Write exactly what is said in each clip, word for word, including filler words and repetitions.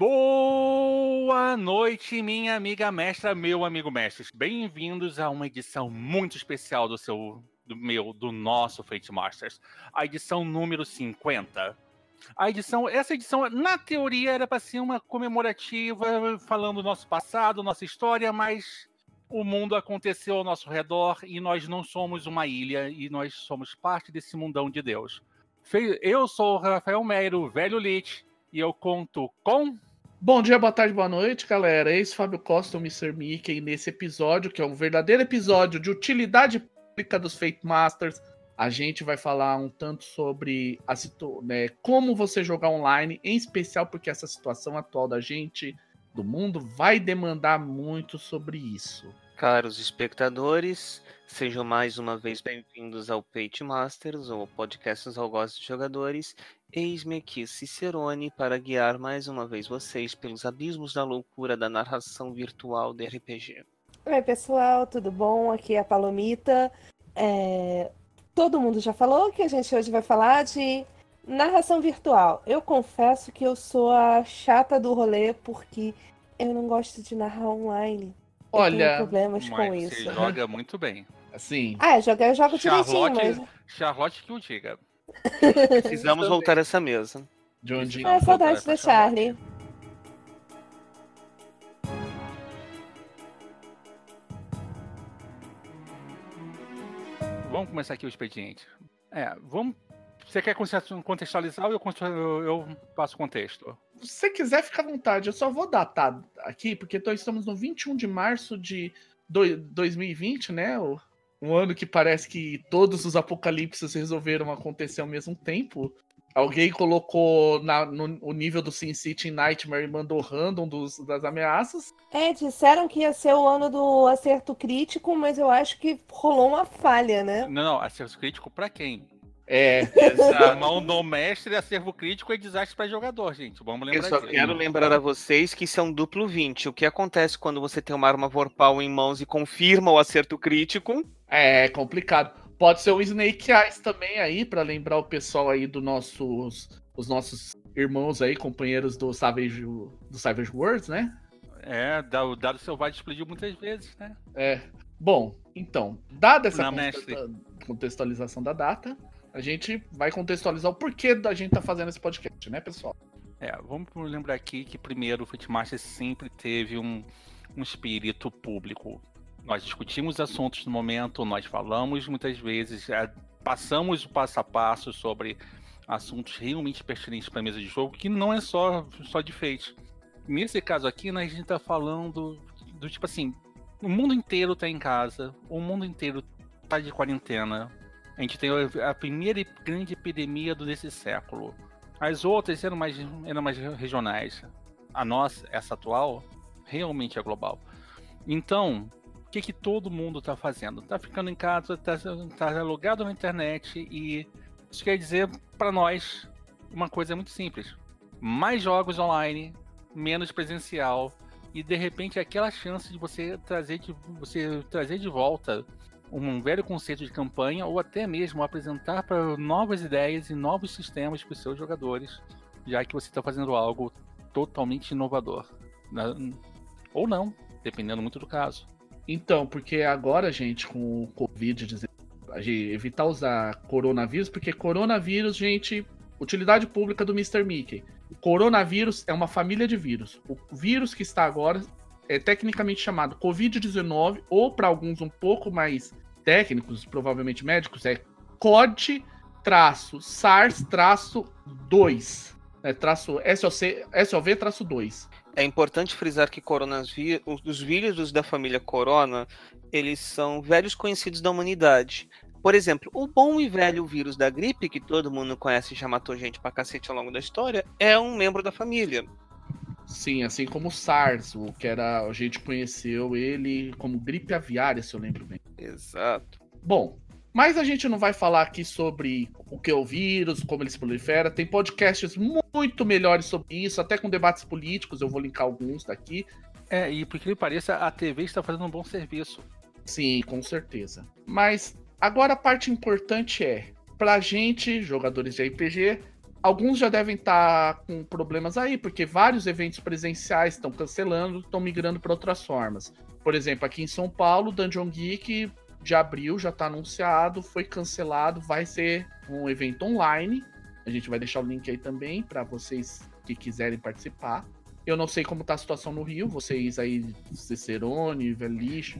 Boa noite, minha amiga mestra, meu amigo mestre. Bem-vindos a uma edição muito especial do seu, do meu, do nosso Fate Masters. A edição número cinquenta. A edição, essa edição, na teoria, era para ser uma comemorativa, falando do nosso passado, nossa história, mas o mundo aconteceu ao nosso redor e nós não somos uma ilha e nós somos parte desse mundão de Deus. Eu sou o Rafael Meiro, o velho Lich, e eu conto com... Bom dia, boa tarde, boa noite, galera. Eis Fábio Costa, o mister Mickey, nesse episódio, que é um verdadeiro episódio de utilidade pública dos Fate Masters. A gente vai falar um tanto sobre a situ... né, como você jogar online, em especial porque essa situação atual da gente, do mundo, vai demandar muito sobre isso. Caros espectadores, sejam mais uma vez bem-vindos ao Fate Masters, ou podcast dos algozes de jogadores. Eis-me aqui, Cicerone, para guiar mais uma vez vocês pelos abismos da loucura da narração virtual de R P G. Oi, pessoal, tudo bom? Aqui é a Palomita. É... Todo mundo já falou que a gente hoje vai falar de narração virtual. Eu confesso que eu sou a chata do rolê porque eu não gosto de narrar online. Olha, eu tenho problemas mas com você isso. joga muito bem. Assim, Ah, jogar eu jogo direitinho, Charlotte, mas... Charlotte que o diga. Precisamos voltar a essa mesa. de onde... Ah, saudade da Charlie. Vamos começar aqui o expediente. É, vamos... Você quer contextualizar ou eu, eu, eu passo o contexto? Se você quiser, fica à vontade. Eu só vou datar aqui, porque nós estamos no vinte e um de março de dois mil e vinte, né? O, um ano que parece que todos os apocalipses resolveram acontecer ao mesmo tempo. Alguém colocou na, no, o nível do Sin City em Nightmare e mandou random dos, das ameaças. É, disseram que ia ser o ano do acerto crítico, mas eu acho que rolou uma falha, né? Não, não, acervo crítico pra quem? É, A mão do mestre, acervo crítico é desastre pra jogador, gente. Vamos lembrar Eu só disso. quero lembrar a vocês que isso é um duplo vinte. O que acontece quando você tem uma arma vorpal em mãos e confirma o acerto crítico? é complicado. Pode ser o Snake Eyes também aí, pra lembrar o pessoal aí dos nossos, os nossos irmãos aí, companheiros do Savage, do Savage Worlds, né? É, o dado selvagem explodiu muitas vezes, né? É. Bom, então, dada essa Não, contexta- contextualização da data, a gente vai contextualizar o porquê da gente tá fazendo esse podcast, né, pessoal? É, vamos lembrar aqui que primeiro o Fate Master sempre teve um, um espírito público. Nós discutimos assuntos no momento, nós falamos muitas vezes, é, passamos o passo a passo sobre assuntos realmente pertinentes para a mesa de jogo, que não é só, só de Fate. Nesse caso aqui, né, a gente tá falando do tipo assim, o mundo inteiro tá em casa, o mundo inteiro tá de quarentena. A gente tem a primeira grande epidemia desse século. As outras eram mais, eram mais regionais. A nossa, essa atual, realmente é global. Então, o que, que todo mundo está fazendo? Está ficando em casa, está tá alugado na internet e isso quer dizer para nós uma coisa muito simples. Mais jogos online, menos presencial e de repente aquela chance de você trazer de, você trazer de volta um velho conceito de campanha ou até mesmo apresentar para novas ideias e novos sistemas para os seus jogadores, já que você está fazendo algo totalmente inovador. Ou não, dependendo muito do caso. Então, porque agora, gente, com o Covid dezenove, a gente evitar usar coronavírus, porque coronavírus, gente, utilidade pública do mister Mickey. O coronavírus é uma família de vírus. O vírus que está agora é tecnicamente chamado covid dezenove, ou para alguns um pouco mais técnicos, provavelmente médicos, é C O D SARS dois, né, traço S O V dois. É importante frisar que os vírus da família Corona, eles são velhos conhecidos da humanidade. Por exemplo, o bom e velho vírus da gripe, que todo mundo conhece e já matou gente pra cacete ao longo da história, é um membro da família. Sim, assim como o SARS, o que era, a gente conheceu ele como gripe aviária, se eu lembro bem. Exato. Bom, mas a gente não vai falar aqui sobre o que é o vírus, como ele se prolifera. Tem podcasts muito melhores sobre isso, até com debates políticos, eu vou linkar alguns daqui. É, e por que lhe pareça, a T V está fazendo um bom serviço. Sim, com certeza. Mas agora a parte importante é, pra gente, jogadores de R P G, alguns já devem estar com problemas aí, porque vários eventos presenciais estão cancelando, estão migrando para outras formas. Por exemplo, aqui em São Paulo, Dungeon Geek de abril já está anunciado, foi cancelado, vai ser um evento online. A gente vai deixar o link aí também para vocês que quiserem participar. Eu não sei como está a situação no Rio, vocês aí, Cicerone, Velix...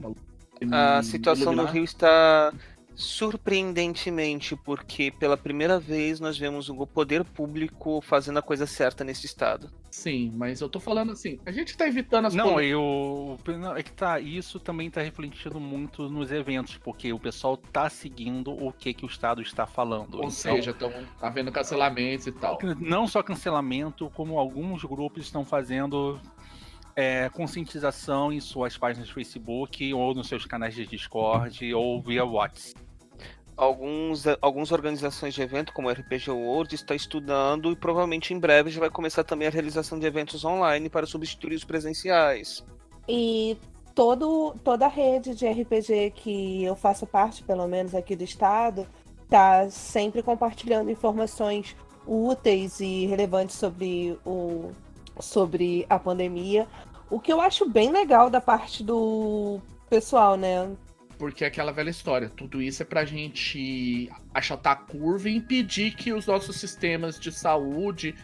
A situação no Rio está surpreendentemente, porque pela primeira vez nós vemos o poder público fazendo a coisa certa nesse estado. Sim, mas eu tô falando assim, a gente tá evitando as Não, coisas. eu, não, é que tá, isso também tá refletindo muito nos eventos, porque o pessoal tá seguindo o que, que o Estado está falando. Ou então, seja, estão havendo cancelamentos e tal. Não só cancelamento, como alguns grupos estão fazendo é, conscientização em suas páginas de Facebook, ou nos seus canais de Discord, ou via WhatsApp. Alguns, algumas organizações de evento, como o R P G World, está estudando e provavelmente em breve já vai começar também a realização de eventos online para substituir os presenciais. E todo, toda a rede de R P G que eu faço parte, pelo menos aqui do estado, tá sempre compartilhando informações úteis e relevantes sobre, o, sobre a pandemia. O que eu acho bem legal da parte do pessoal, né? Porque é aquela velha história, tudo isso é pra gente achatar a curva e impedir que os nossos sistemas de saúde,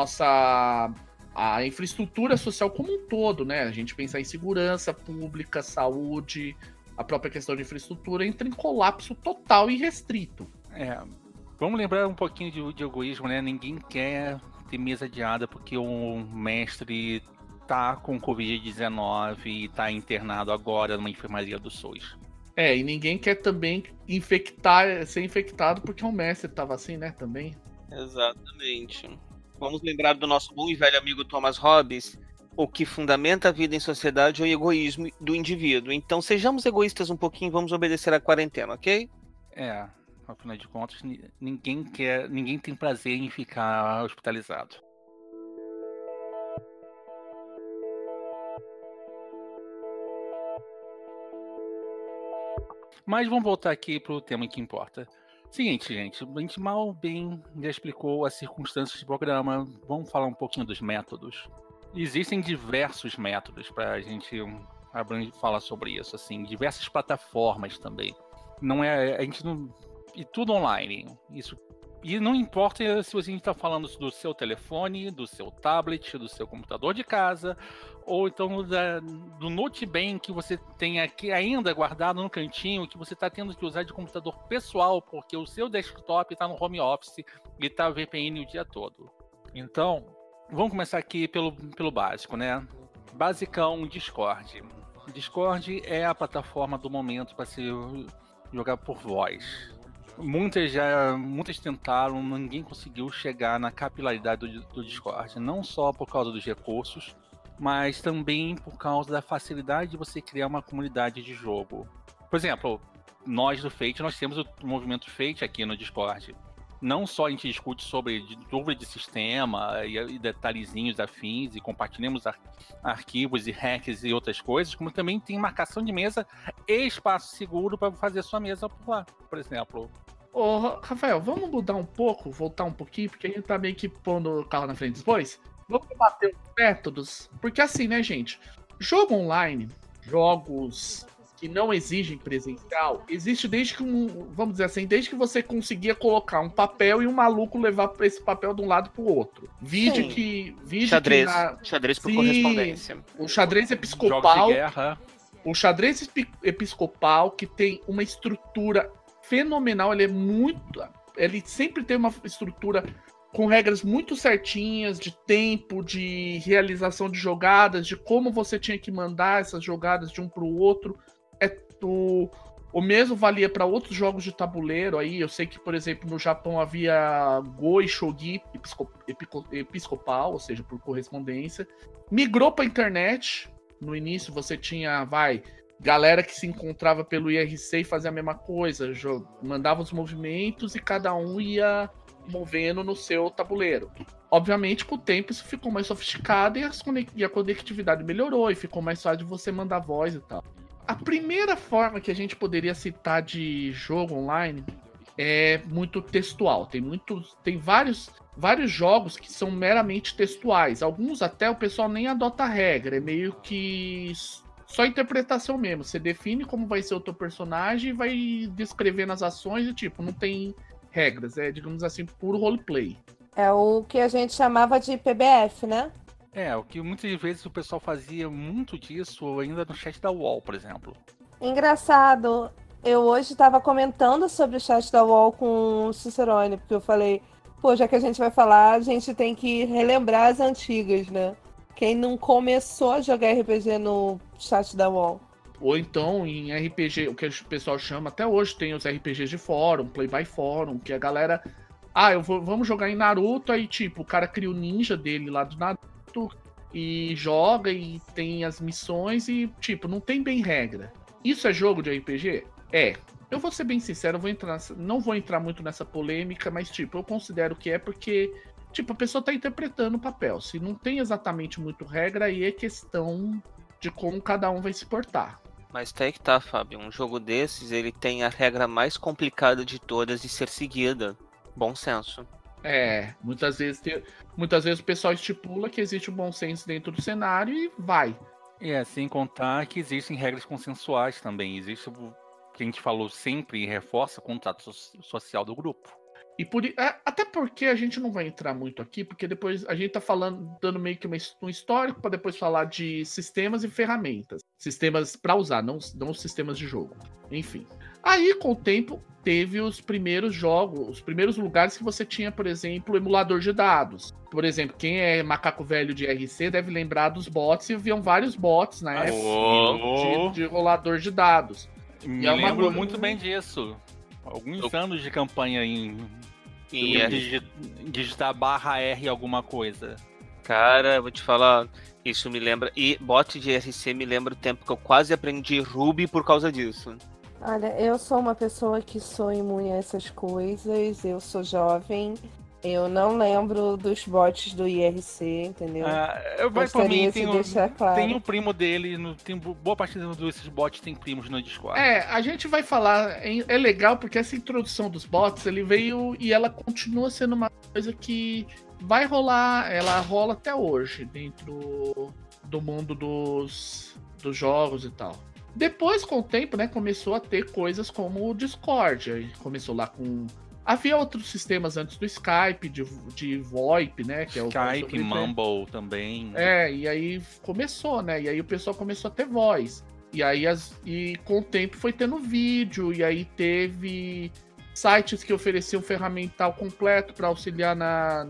nossa a infraestrutura social como um todo, né? A gente pensar em segurança pública, saúde, a própria questão de infraestrutura entra em colapso total e restrito. É, vamos lembrar um pouquinho de, de egoísmo, né? Ninguém quer ter mesa adiada porque o mestre tá com covid dezenove e tá internado agora numa enfermaria do SUS. É, e ninguém quer também infectar, ser infectado porque o mestre tava assim, né, também. Exatamente. Vamos lembrar do nosso bom e velho amigo Thomas Hobbes, o que fundamenta a vida em sociedade é o egoísmo do indivíduo. Então sejamos egoístas um pouquinho e vamos obedecer à quarentena, ok? É, afinal de contas, ninguém quer, ninguém tem prazer em ficar hospitalizado. Mas vamos voltar aqui para o tema que importa. Seguinte, gente, a gente mal bem já explicou as circunstâncias do programa. Vamos falar um pouquinho dos métodos. Existem diversos métodos para a gente falar sobre isso, assim, diversas plataformas também. Não é a gente não e tudo online. Isso e não importa se você está falando do seu telefone, do seu tablet, do seu computador de casa, ou então da, do notebook que você tem aqui ainda guardado no cantinho, que você está tendo que usar de computador pessoal, porque o seu desktop está no home office e está V P N o dia todo. Então, vamos começar aqui pelo, pelo básico, né? Basicão, Discord. Discord é a plataforma do momento para se jogar por voz. Muitas já, muitas tentaram, ninguém conseguiu chegar na capilaridade do, do Discord, não só por causa dos recursos, mas também por causa da facilidade de você criar uma comunidade de jogo. Por exemplo, nós do Fate, nós temos o movimento Fate aqui no Discord. Não só a gente discute sobre dúvida de sistema e, e detalhezinhos afins e compartilhamos ar, arquivos e hacks e outras coisas, como também tem marcação de mesa e espaço seguro para fazer sua mesa por lá, por exemplo. Ô, Rafael, vamos mudar um pouco, voltar um pouquinho, porque a gente tá meio que pondo o carro na frente dos bois. Vamos debater os métodos, porque assim, né, gente? Jogo online, jogos que não exigem presencial, existe desde que, um, vamos dizer assim, desde que você conseguia colocar um papel e um maluco levar esse papel de um lado pro outro. Vídeo Sim. que... Vídeo xadrez, que na... xadrez por Sim, correspondência. O xadrez episcopal... Jogos de guerra. O xadrez episcopal, que tem uma estrutura fenomenal, ele é muito... Ele sempre tem uma estrutura com regras muito certinhas, de tempo, de realização de jogadas, de como você tinha que mandar essas jogadas de um para o outro. É, o, o mesmo valia para outros jogos de tabuleiro aí. Eu sei que, por exemplo, no Japão havia Go e Shogi episcopal, ou seja, por correspondência. Migrou para a internet. No início você tinha, vai, galera que se encontrava pelo I R C e fazia a mesma coisa, mandava os movimentos e cada um ia movendo no seu tabuleiro. Obviamente, com o tempo isso ficou mais sofisticado e, as conex- e a conectividade melhorou e ficou mais fácil de você mandar voz e tal. A primeira forma que a gente poderia citar de jogo online é muito textual. Tem muitos, tem vários, vários jogos que são meramente textuais. Alguns até o pessoal nem adota a regra, é meio que só interpretação mesmo. Você define como vai ser o teu personagem e vai descrevendo as ações e tipo, não tem regras, é, digamos assim, puro roleplay. É o que a gente chamava de P B F, né? É, o que muitas vezes o pessoal fazia muito disso ainda no chat da U O L, por exemplo. Engraçado, eu hoje estava comentando sobre o chat da U O L com o Cicerone, porque eu falei, pô, já que a gente vai falar, a gente tem que relembrar as antigas, né? Quem não começou a jogar R P G no chat da U O L. Ou então em R P G, o que o pessoal chama, até hoje tem os R P Gs de fórum, play by fórum, que a galera... Ah, eu vou, vamos jogar em Naruto, aí tipo, o cara cria o ninja dele lá do Naruto e joga e tem as missões e tipo, não tem bem regra. Isso é jogo de R P G? É. Eu vou ser bem sincero, eu vou entrar nessa, não vou entrar muito nessa polêmica, mas tipo, eu considero que é porque tipo, a pessoa tá interpretando o papel. Se não tem exatamente muito regra, aí é questão de como cada um vai se portar. Mas tá aí que tá, Fábio. Um jogo desses, ele tem a regra mais complicada de todas de ser seguida. Bom senso. É, muitas vezes, tem, muitas vezes o pessoal estipula que existe o bom senso dentro do cenário e vai. E é, sem contar que existem regras consensuais também. Existe o que a gente falou sempre e reforça o contrato so- social do grupo. E por, até porque a gente não vai entrar muito aqui, porque depois a gente tá falando, dando meio que um histórico para depois falar de sistemas e ferramentas. Sistemas para usar, não, não sistemas de jogo. Enfim. Aí, com o tempo, teve os primeiros jogos, os primeiros lugares que você tinha, por exemplo, emulador de dados. Por exemplo, quem é macaco velho de R C deve lembrar dos bots, e haviam vários bots na época Oh. de, de rolador de dados. Me é uma lembro coisa- muito bem disso. Alguns Eu- anos de campanha em E, em é, digi- digitar barra R alguma coisa. cara, eu vou te falar, isso me lembra... E bot de R C me lembra o tempo que eu quase aprendi Ruby por causa disso. Olha, eu sou uma pessoa que sou imune a essas coisas, eu sou jovem, eu não lembro dos bots do I R C, entendeu? Ah, eu vai por Gostaria mim, de tem, um, deixar claro. tem um primo dele, no, tem boa parte desses bots tem primos no Discord. É, a gente vai falar, é, é legal porque essa introdução dos bots, ele veio e ela continua sendo uma coisa que vai rolar, ela rola até hoje dentro do mundo dos, dos jogos e tal. Depois, com o tempo, né, começou a ter coisas como o Discord, aí começou lá com... Havia outros sistemas antes do Skype, de, de VoIP, né, que é o... Skype, Mumble também. É, e aí começou, né? E aí o pessoal começou a ter voz. E aí as, e com o tempo foi tendo vídeo, e aí teve sites que ofereciam ferramental completo para auxiliar na,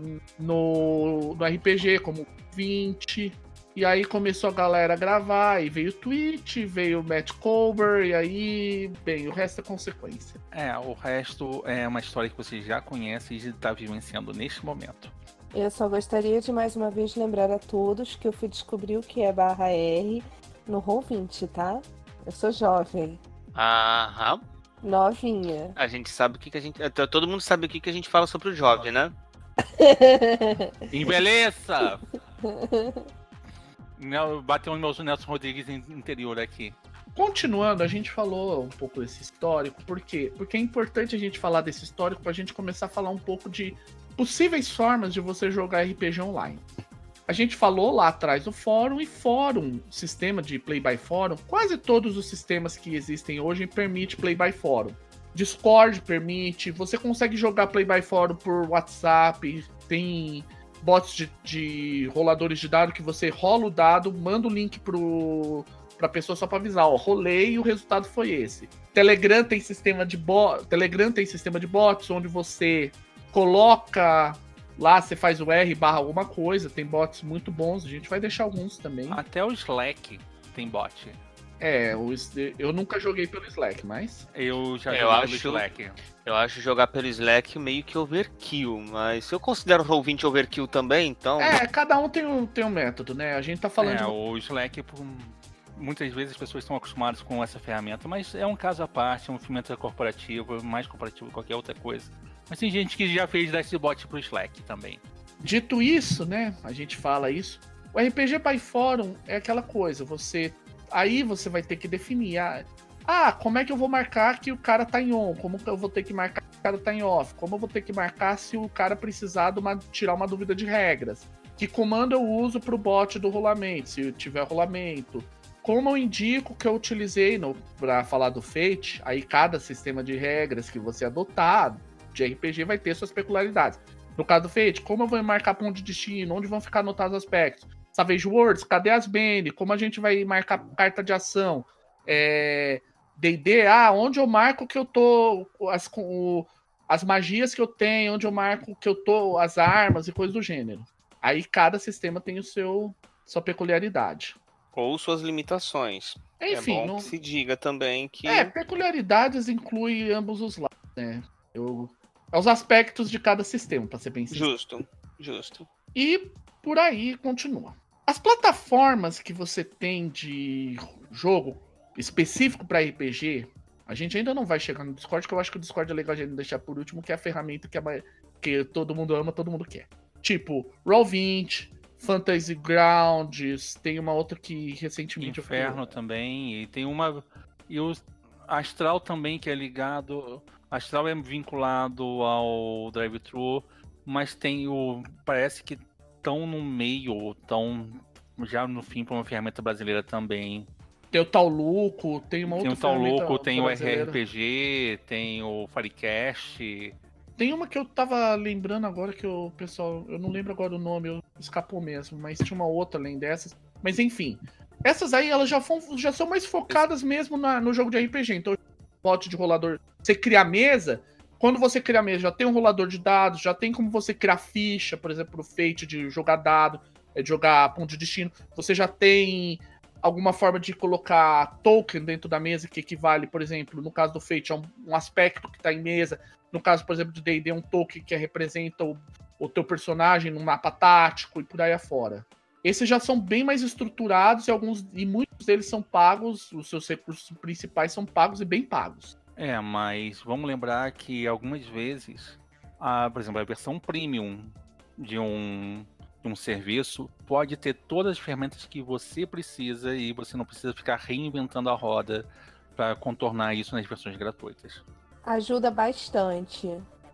no, no R P G, como vinte. E aí começou a galera a gravar, e veio o Twitch, veio o Matt Colbert, e aí, bem, o resto é consequência. É, o resto é uma história que você já conhece e está vivenciando neste momento. Eu só gostaria de mais uma vez lembrar a todos que eu fui descobrir o que é barra R no roll vinte, tá? Eu sou jovem, Aham. novinha. A gente sabe o que, que a gente... Todo mundo sabe o que, que a gente fala sobre o jovem, né? Embeleça! Nel- Bateu no meu Nelson Rodrigues in- interior aqui. Continuando, a gente falou um pouco desse histórico, por quê? Porque é importante a gente falar desse histórico pra gente começar a falar um pouco de possíveis formas de você jogar R P G online. A gente falou lá atrás do fórum, e fórum, sistema de play by fórum, quase todos os sistemas que existem hoje permite play by fórum. Discord permite, você consegue jogar play by fórum por WhatsApp, tem bots de, de roladores de dado que você rola o dado, manda o link pro, pra pessoa só pra avisar, ó, rolei e o resultado foi esse. Telegram tem sistema de bot, Telegram tem sistema de bots onde você coloca lá, você faz o R barra alguma coisa, tem bots muito bons, a gente vai deixar alguns também. Até o Slack tem bot. É, o, eu nunca joguei pelo Slack, mas... Eu já Eu joguei acho- pelo Slack. Eu acho jogar pelo Slack meio que overkill, mas eu considero o roll vinte overkill também, então... É, cada um tem um, tem um método, né? A gente tá falando É, de... o Slack, por- muitas vezes as pessoas estão acostumadas com essa ferramenta, mas é um caso à parte, é uma ferramenta corporativa, mais corporativa que qualquer outra coisa. Mas tem gente que já fez dashboard pro Slack também. Dito isso, né? A gente fala isso. O R P G by Fórum é aquela coisa, você... Aí você vai ter que definir, ah, ah, como é que eu vou marcar que o cara tá em on? Como que eu vou ter que marcar o cara tá em off? Como eu vou ter que marcar se o cara precisar de uma, tirar uma dúvida de regras? Que comando eu uso pro bot do rolamento, se tiver rolamento? Como eu indico que eu utilizei para falar do Fate, aí cada sistema de regras que você adotar de R P G vai ter suas peculiaridades. No caso do Fate, como eu vou marcar ponto de destino, onde vão ficar anotados os aspectos? Savage Worlds, cadê as band? Como a gente vai marcar carta de ação? É... D e D, ah, onde eu marco que eu tô, as, o, as magias que eu tenho, onde eu marco que eu tô, as armas e coisas do gênero. Aí cada sistema tem o seu sua peculiaridade. Ou suas limitações. Enfim, é bom não... que se diga também que... É, peculiaridades inclui ambos os lados, né? Eu... É os aspectos de cada sistema, para ser bem sincero. Justo, justo. E por aí continua. As plataformas que você tem de jogo específico para R P G, a gente ainda não vai chegar no Discord, que eu acho que o Discord é legal a gente deixar por último, que é a ferramenta que, é... que todo mundo ama, todo mundo quer. Tipo, roll vinte, Fantasy Grounds, tem uma outra que recentemente... Inferno eu... também, e tem uma... E o Astral também, que é ligado... Astral é vinculado ao Drive-Thru, mas tem o... Parece que estão no meio, estão já no fim para uma ferramenta brasileira também. Tem o Tauluco, tem uma outra ferramenta Tem o Tauluco, tem brasileira. o R R P G, tem o Firecast... Tem uma que eu tava lembrando agora que o pessoal... Eu não lembro agora o nome, eu, escapou mesmo, mas tinha uma outra além dessas. Mas enfim, essas aí elas já, fom, já são mais focadas mesmo na, no jogo de R P G. Então, pote de rolador, você cria a mesa, quando você cria a mesa já tem um rolador de dados, já tem como você criar ficha, por exemplo, pro Fate de jogar dado, de jogar ponto de destino. Você já tem alguma forma de colocar token dentro da mesa que equivale, por exemplo, no caso do Fate, a um, um aspecto que tá em mesa. No caso, por exemplo, do D e D, um token que representa o, o teu personagem no mapa tático e por aí afora. Esses já são bem mais estruturados e, alguns, e muitos deles são pagos, os seus recursos principais são pagos e bem pagos. É, mas vamos lembrar que algumas vezes, a, por exemplo, a versão premium de um, de um serviço pode ter todas as ferramentas que você precisa e você não precisa ficar reinventando a roda para contornar isso nas versões gratuitas. Ajuda bastante.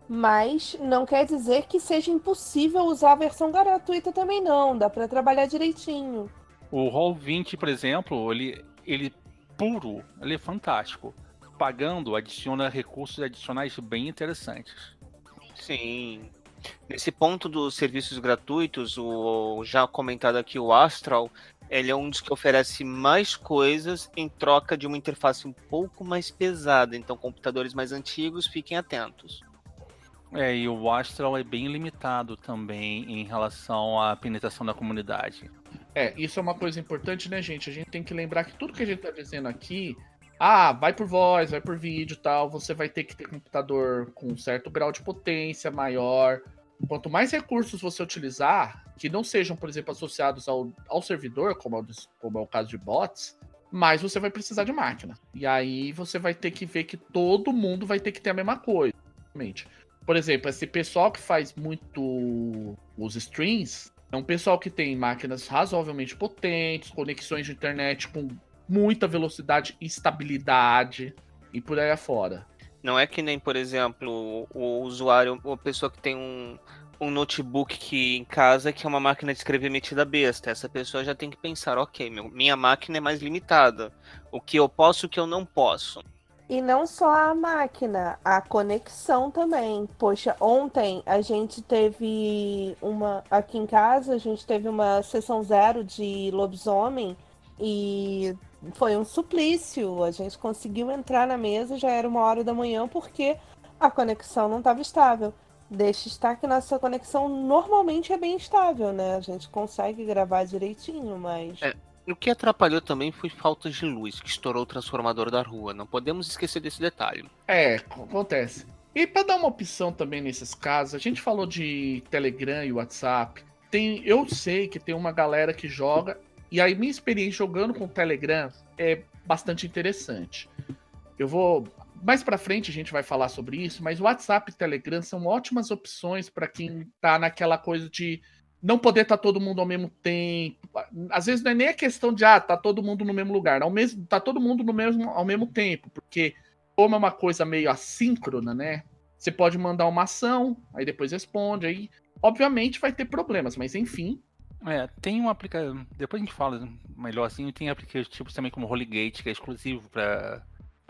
Mas não quer dizer que seja impossível usar a versão gratuita também não. Dá para trabalhar direitinho. O roll vinte, por exemplo, ele, ele puro, ele é fantástico. Pagando, adiciona recursos adicionais bem interessantes. Sim. Nesse ponto dos serviços gratuitos, o já comentado aqui, o Astral, ele é um dos que oferece mais coisas em troca de uma interface um pouco mais pesada. Então, computadores mais antigos, fiquem atentos. É, e o Astral é bem limitado também em relação à penetração da comunidade. É, isso é uma coisa importante, né, gente? A gente tem que lembrar que tudo que a gente tá dizendo aqui, ah, vai por voz, vai por vídeo e tal, você vai ter que ter computador com um certo grau de potência maior. Quanto mais recursos você utilizar, que não sejam, por exemplo, associados ao, ao servidor, como é, o, como é o caso de bots, mais você vai precisar de máquina. E aí você vai ter que ver que todo mundo vai ter que ter a mesma coisa, realmente. Por exemplo, esse pessoal que faz muito os streams, é um pessoal que tem máquinas razoavelmente potentes, conexões de internet com muita velocidade e estabilidade e por aí afora. Não é que nem, por exemplo, o usuário, a pessoa que tem um, um notebook que, em casa que é uma máquina de escrever metida besta. Essa pessoa já tem que pensar, ok, meu, minha máquina é mais limitada. O que eu posso, o que eu não posso. E não só a máquina, a conexão também. Poxa, ontem a gente teve uma... Aqui em casa, a gente teve uma sessão zero de lobisomem e foi um suplício. A gente conseguiu entrar na mesa, já era uma hora da manhã, porque a conexão não estava estável. Deixa estar que nossa conexão normalmente é bem estável, né? A gente consegue gravar direitinho, mas... É. O que atrapalhou também foi falta de luz, que estourou o transformador da rua. Não podemos esquecer desse detalhe. É, acontece. E para dar uma opção também nesses casos, a gente falou de Telegram e WhatsApp. Tem, eu sei que tem uma galera que joga, e aí minha experiência jogando com o Telegram é bastante interessante. Eu vou... Mais para frente a gente vai falar sobre isso, mas o WhatsApp e Telegram são ótimas opções para quem tá naquela coisa de não poder estar tá todo mundo ao mesmo tempo. Às vezes não é nem a questão de, ah, tá todo mundo no mesmo lugar. Ao mesmo, tá todo mundo no mesmo, ao mesmo tempo. Porque como é uma coisa meio assíncrona, né? Você pode mandar uma ação, aí depois responde, aí obviamente vai ter problemas, mas enfim. É, tem um aplicativo, depois a gente fala melhor assim, tem aplicativos também como Hollygate, que é exclusivo para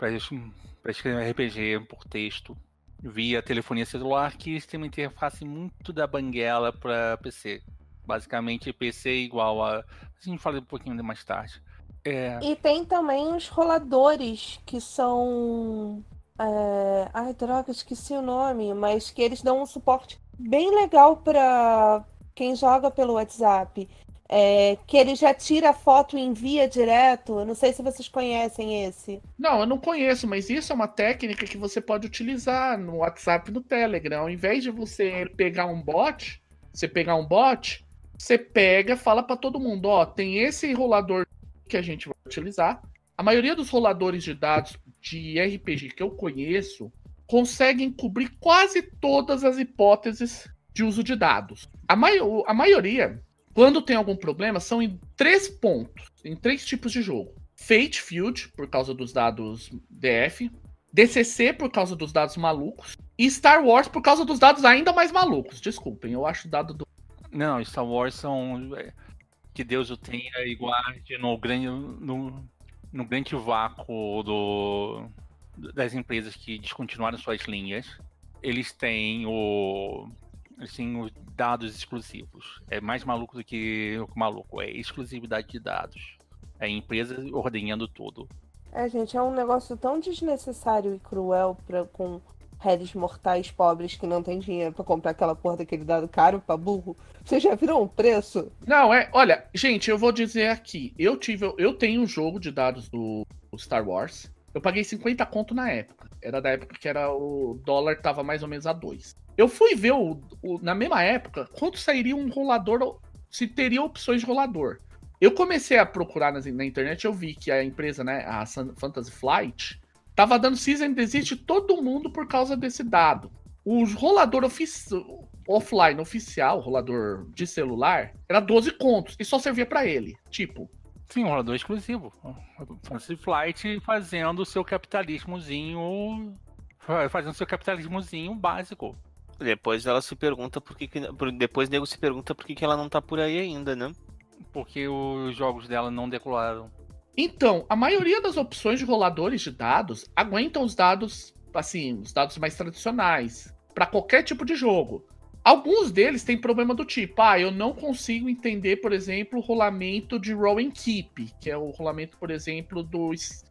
para escrever R P G por texto via telefonia celular, que tem uma interface muito da banguela para P C. Basicamente, P C é igual a... A gente fala um pouquinho mais tarde. É... E tem também os roladores, que são... É... Ai, droga, esqueci o nome, mas que eles dão um suporte bem legal para quem joga pelo WhatsApp. É... Que ele já tira a foto e envia direto. Eu não sei se vocês conhecem esse. Não, eu não conheço, mas isso é uma técnica que você pode utilizar no WhatsApp e no Telegram. Ao invés de você pegar um bot, você pegar um bot, você pega, fala para todo mundo, ó, tem esse rolador que a gente vai utilizar. A maioria dos roladores de dados de R P G que eu conheço conseguem cobrir quase todas as hipóteses de uso de dados. A, mai a maioria, quando tem algum problema, são em três pontos, em três tipos de jogo. Fate Field, por causa dos dados D F, D C C, por causa dos dados malucos, e Star Wars, por causa dos dados ainda mais malucos. Desculpem, eu acho o dado do... Não, Star Wars são... Que Deus o tenha e guarde no grande, no, no grande vácuo do, das empresas que descontinuaram suas linhas. Eles têm o... Eles têm os dados exclusivos. É mais maluco do que o maluco. É exclusividade de dados. É a empresa ordenhando tudo. É, gente, é um negócio tão desnecessário e cruel pra, com réis mortais pobres que não tem dinheiro pra comprar aquela porra daquele dado caro pra burro. Você já viram o preço? Não, é... Olha, gente, eu vou dizer aqui. Eu tive... Eu tenho um jogo de dados do, do Star Wars. Eu paguei cinquenta conto na época. Era da época que era o dólar tava mais ou menos a dois. Eu fui ver, o, o, na mesma época, quanto sairia um rolador, se teria opções de rolador. Eu comecei a procurar na, na internet, eu vi que a empresa, né, a Fantasy Flight, tava dando cease and desist todo mundo por causa desse dado. O rolador ofici offline oficial, rolador de celular, era doze contos e só servia pra ele. Tipo... Sim, um rolador exclusivo. Fantasy Flight fazendo o seu capitalismozinho... Fazendo seu capitalismozinho básico. Depois ela se pergunta por que, que depois o nego se pergunta por que, que ela não tá por aí ainda, né? Porque os jogos dela não decolaram. Então, a maioria das opções de roladores de dados aguentam os dados, assim, os dados mais tradicionais, para qualquer tipo de jogo. Alguns deles têm problema do tipo, ah, eu não consigo entender, por exemplo, o rolamento de Roll and Keep, que é o rolamento, por exemplo, do...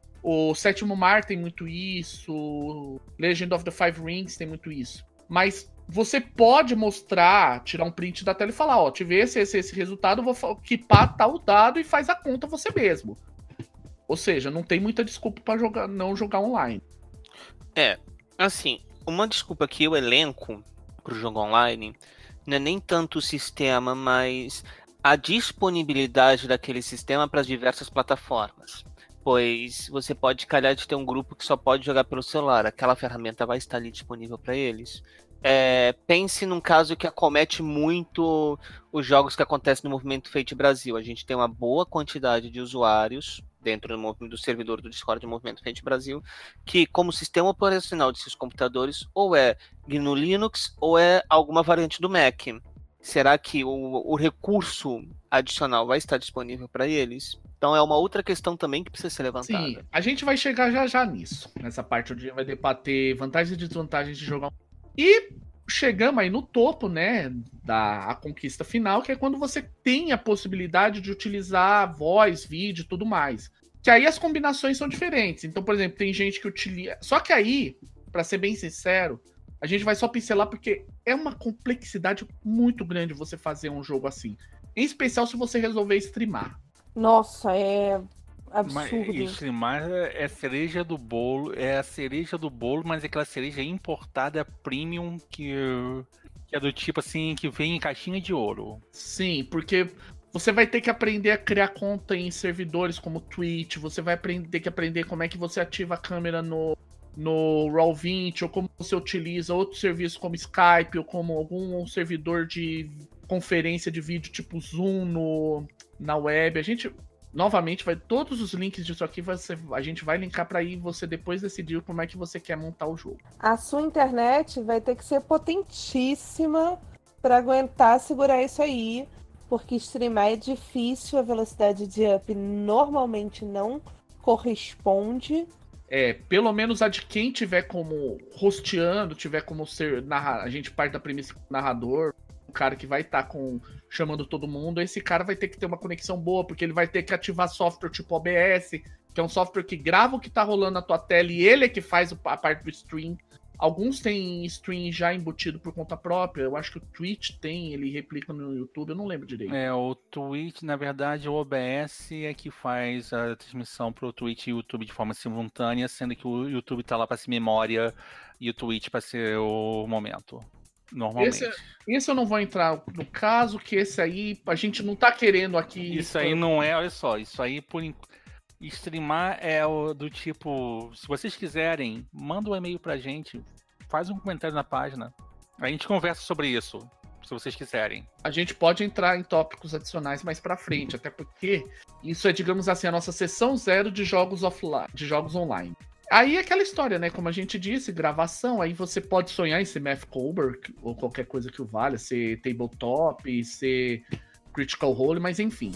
O Sétimo Mar tem muito isso, Legend of the Five Rings tem muito isso. Mas você pode mostrar, tirar um print da tela e falar, ó, tive esse, esse, esse resultado, vou equipar tal dado e faz a conta você mesmo. Ou seja, não tem muita desculpa para jogar, não jogar online. É, assim, uma desculpa que eu elenco pro jogo online não é nem tanto o sistema, mas a disponibilidade daquele sistema para as diversas plataformas. Pois você pode calhar de ter um grupo que só pode jogar pelo celular. Aquela ferramenta vai estar ali disponível para eles. É, pense num caso que acomete muito os jogos que acontecem no Movimento Fate Brasil. A gente tem uma boa quantidade de usuários dentro do, do servidor do Discord do Movimento Fate Brasil, que como sistema operacional de seus computadores ou é G N U Linux ou é alguma variante do Mac. Será que o, o recurso adicional vai estar disponível para eles? Então é uma outra questão também que precisa ser levantada. Sim, a gente vai chegar já já nisso. Nessa parte onde a gente vai debater vantagens e desvantagens de jogar. E chegamos aí no topo, né, da a conquista final, que é quando você tem a possibilidade de utilizar voz, vídeo e tudo mais. Que aí as combinações são diferentes. Então, por exemplo, tem gente que utiliza... Só que aí, para ser bem sincero, a gente vai só pincelar porque é uma complexidade muito grande você fazer um jogo assim. Em especial se você resolver streamar. Nossa, é absurdo. Mas streamar é a cereja do bolo, é a cereja do bolo, mas é aquela cereja importada premium que, que é do tipo assim, que vem em caixinha de ouro. Sim, porque você vai ter que aprender a criar conta em servidores como Twitch, você vai aprender, ter que aprender como é que você ativa a câmera no, no Roll vinte, ou como você utiliza outros serviços como Skype, ou como algum servidor de conferência de vídeo tipo Zoom no, na web. A gente... Novamente, vai, todos os links disso aqui você, a gente vai linkar para aí você depois decidir como é que você quer montar o jogo. A sua internet vai ter que ser potentíssima para aguentar segurar isso aí, porque streamar é difícil, a velocidade de up normalmente não corresponde. É, pelo menos a de quem tiver como hosteando, tiver como ser narra, a gente parte da premissa narrador, o cara que vai estar tá com chamando todo mundo, esse cara vai ter que ter uma conexão boa, porque ele vai ter que ativar software tipo O B S, que é um software que grava o que tá rolando na tua tela e ele é que faz a parte do stream. Alguns têm stream já embutido por conta própria, eu acho que o Twitch tem, ele replica no YouTube, eu não lembro direito. É, o Twitch, na verdade, o O B S é que faz a transmissão pro Twitch e YouTube de forma simultânea, sendo que o YouTube tá lá para ser memória e o Twitch para ser o momento. Normalmente. Esse, esse eu não vou entrar no caso, que esse aí a gente não tá querendo aqui. Isso aí não é, olha só, isso aí por streamar é o do tipo, se vocês quiserem, manda um e-mail pra gente, faz um comentário na página, a gente conversa sobre isso, se vocês quiserem. A gente pode entrar em tópicos adicionais mais pra frente, até porque isso é, digamos assim, a nossa sessão zero de jogos offline, de jogos online. Aí é aquela história, né? Como a gente disse, gravação, aí você pode sonhar em ser math cover, ou qualquer coisa que o valha, ser tabletop, ser critical role, mas enfim.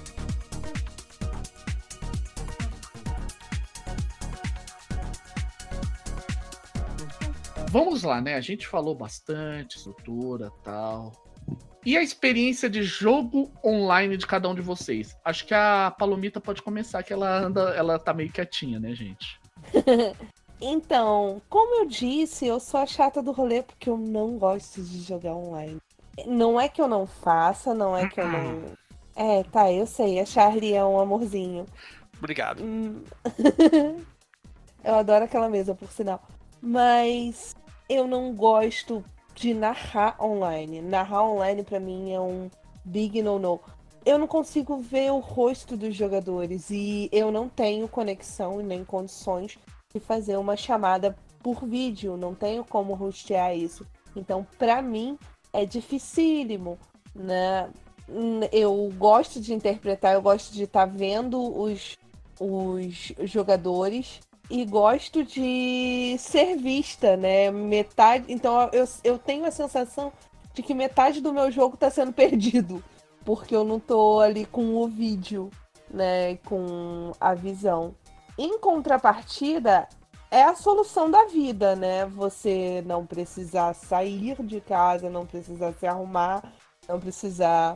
Vamos lá, né? A gente falou bastante, estrutura, tal. E a experiência de jogo online de cada um de vocês? Acho que a Palomita pode começar, que ela anda, ela tá meio quietinha, né, gente? Então, como eu disse, eu sou a chata do rolê porque eu não gosto de jogar online. Não é que eu não faça, não é que eu não... É, tá, eu sei, a Charlie é um amorzinho. Obrigado. Hum. Eu adoro aquela mesa, por sinal. Mas eu não gosto de narrar online. Narrar online pra mim é um big no-no. Eu não consigo ver o rosto dos jogadores e eu não tenho conexão e nem condições de fazer uma chamada por vídeo. Não tenho como hostear isso. Então, pra mim, é dificílimo, né? Eu gosto de interpretar, eu gosto de estar vendo os, os jogadores e gosto de ser vista, né? Metade. Então, eu, eu tenho a sensação de que metade do meu jogo está sendo perdido. Porque eu não tô ali com o vídeo, né? Com a visão. Em contrapartida, é a solução da vida, né? Você não precisar sair de casa, não precisar se arrumar, não precisar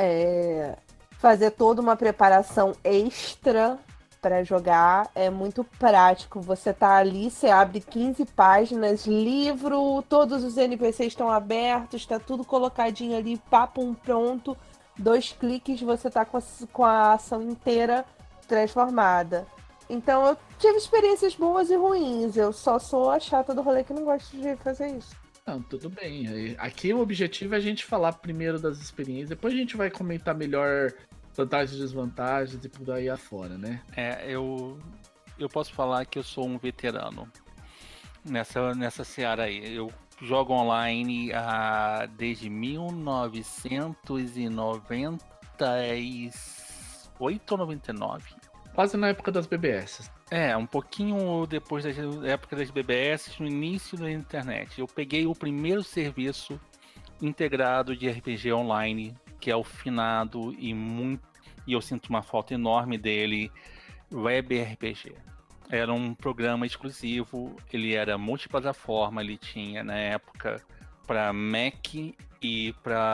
é, fazer toda uma preparação extra para jogar. É muito prático. Você tá ali, você abre quinze páginas, livro, todos os N P Cs estão abertos, tá tudo colocadinho ali, papo pronto. Dois cliques, você tá com a, com a ação inteira transformada. Então eu tive experiências boas e ruins. Eu só sou a chata do rolê que não gosta de fazer isso. Não, tudo bem. Aqui o objetivo é a gente falar primeiro das experiências, depois a gente vai comentar melhor vantagens e desvantagens e por aí afora, né? É, eu, eu posso falar que eu sou um veterano nessa, nessa seara aí. Eu jogo online ah, desde mil novecentos e noventa e oito ou noventa e nove. Quase na época das B B S. É, um pouquinho depois da época das B B S, no início da internet. Eu peguei o primeiro serviço integrado de R P G online, que é o finado e muito, e eu sinto uma falta enorme dele, Web R P G. Era um programa exclusivo, ele era multiplataforma, ele tinha na época para Mac e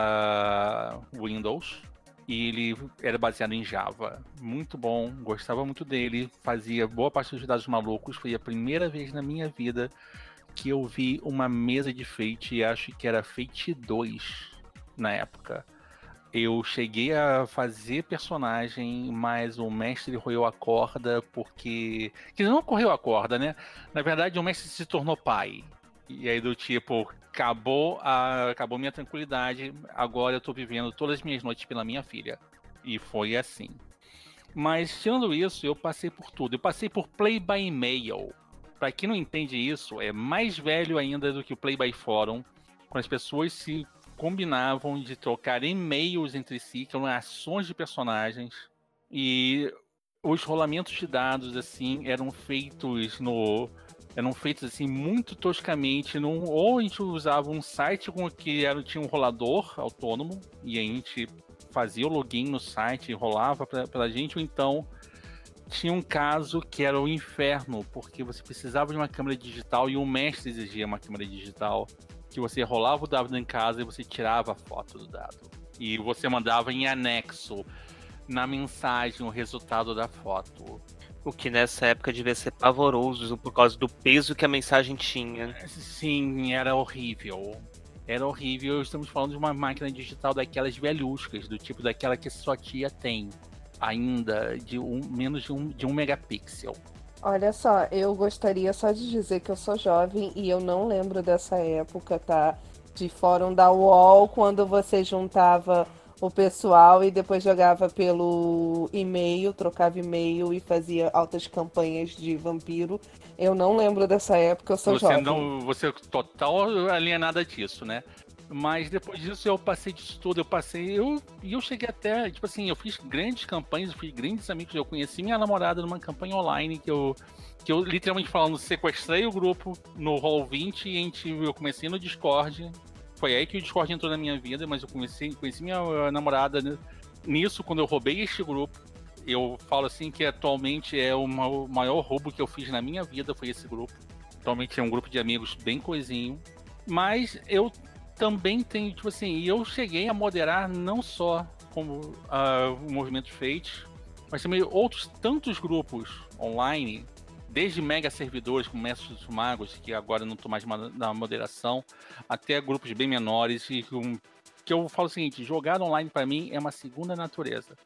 para Windows. E ele era baseado em Java. Muito bom, gostava muito dele, fazia boa parte dos dados malucos. Foi a primeira vez na minha vida que eu vi uma mesa de Fate, e acho que era Fate dois na época. Eu cheguei a fazer personagem, mas o mestre roeu a corda porque... Que não correu a corda, né? Na verdade, o mestre se tornou pai. E aí do tipo, acabou a acabou minha tranquilidade, agora eu tô vivendo todas as minhas noites pela minha filha. E foi assim. Mas tirando isso, eu passei por tudo. Eu passei por Play by E-mail. Pra quem não entende isso, é mais velho ainda do que o Play by Forum, quando as pessoas se combinavam de trocar e-mails entre si, que eram ações de personagens. E os rolamentos de dados, assim, eram feitos no... eram feitos, assim, muito toscamente. Num, ou a gente usava um site com que era, tinha um rolador autônomo, e a gente fazia o login no site e rolava pra, pela gente, ou então tinha um caso que era o inferno, porque você precisava de uma câmera digital e o mestre exigia uma câmera digital, que você rolava o dado em casa e você tirava a foto do dado. E você mandava em anexo na mensagem o resultado da foto. O que nessa época devia ser pavoroso por causa do peso que a mensagem tinha. Sim, era horrível. Era horrível. Estamos falando de uma máquina digital daquelas velhuscas, do tipo daquela que sua tia tem. Ainda de um, menos de um, de um megapixel. Olha só, eu gostaria só de dizer que eu sou jovem e eu não lembro dessa época, tá? De fórum da U O L, quando você juntava o pessoal e depois jogava pelo e-mail, trocava e-mail e fazia altas campanhas de vampiro. Eu não lembro dessa época, eu sou Você jovem. não, você é total alienada disso, né? Mas depois disso eu passei disso tudo, eu passei, eu, e eu cheguei até, tipo assim, eu fiz grandes campanhas, eu fiz grandes amigos, eu conheci minha namorada numa campanha online que eu, que eu literalmente falando, sequestrei o grupo no Roll vinte e a gente, eu comecei no Discord, foi aí que o Discord entrou na minha vida, mas eu comecei, conheci minha namorada nisso, quando eu roubei este grupo. Eu falo assim que atualmente é o maior roubo que eu fiz na minha vida, foi esse grupo. Atualmente é um grupo de amigos bem coisinho, mas eu também tenho, tipo assim, e eu cheguei a moderar não só como uh, o Movimento Fate, mas também outros tantos grupos online, desde mega servidores como Mestres dos Magos, que agora não estou mais na moderação, até grupos bem menores, e um, que eu falo o seguinte, jogar online para mim é uma segunda natureza.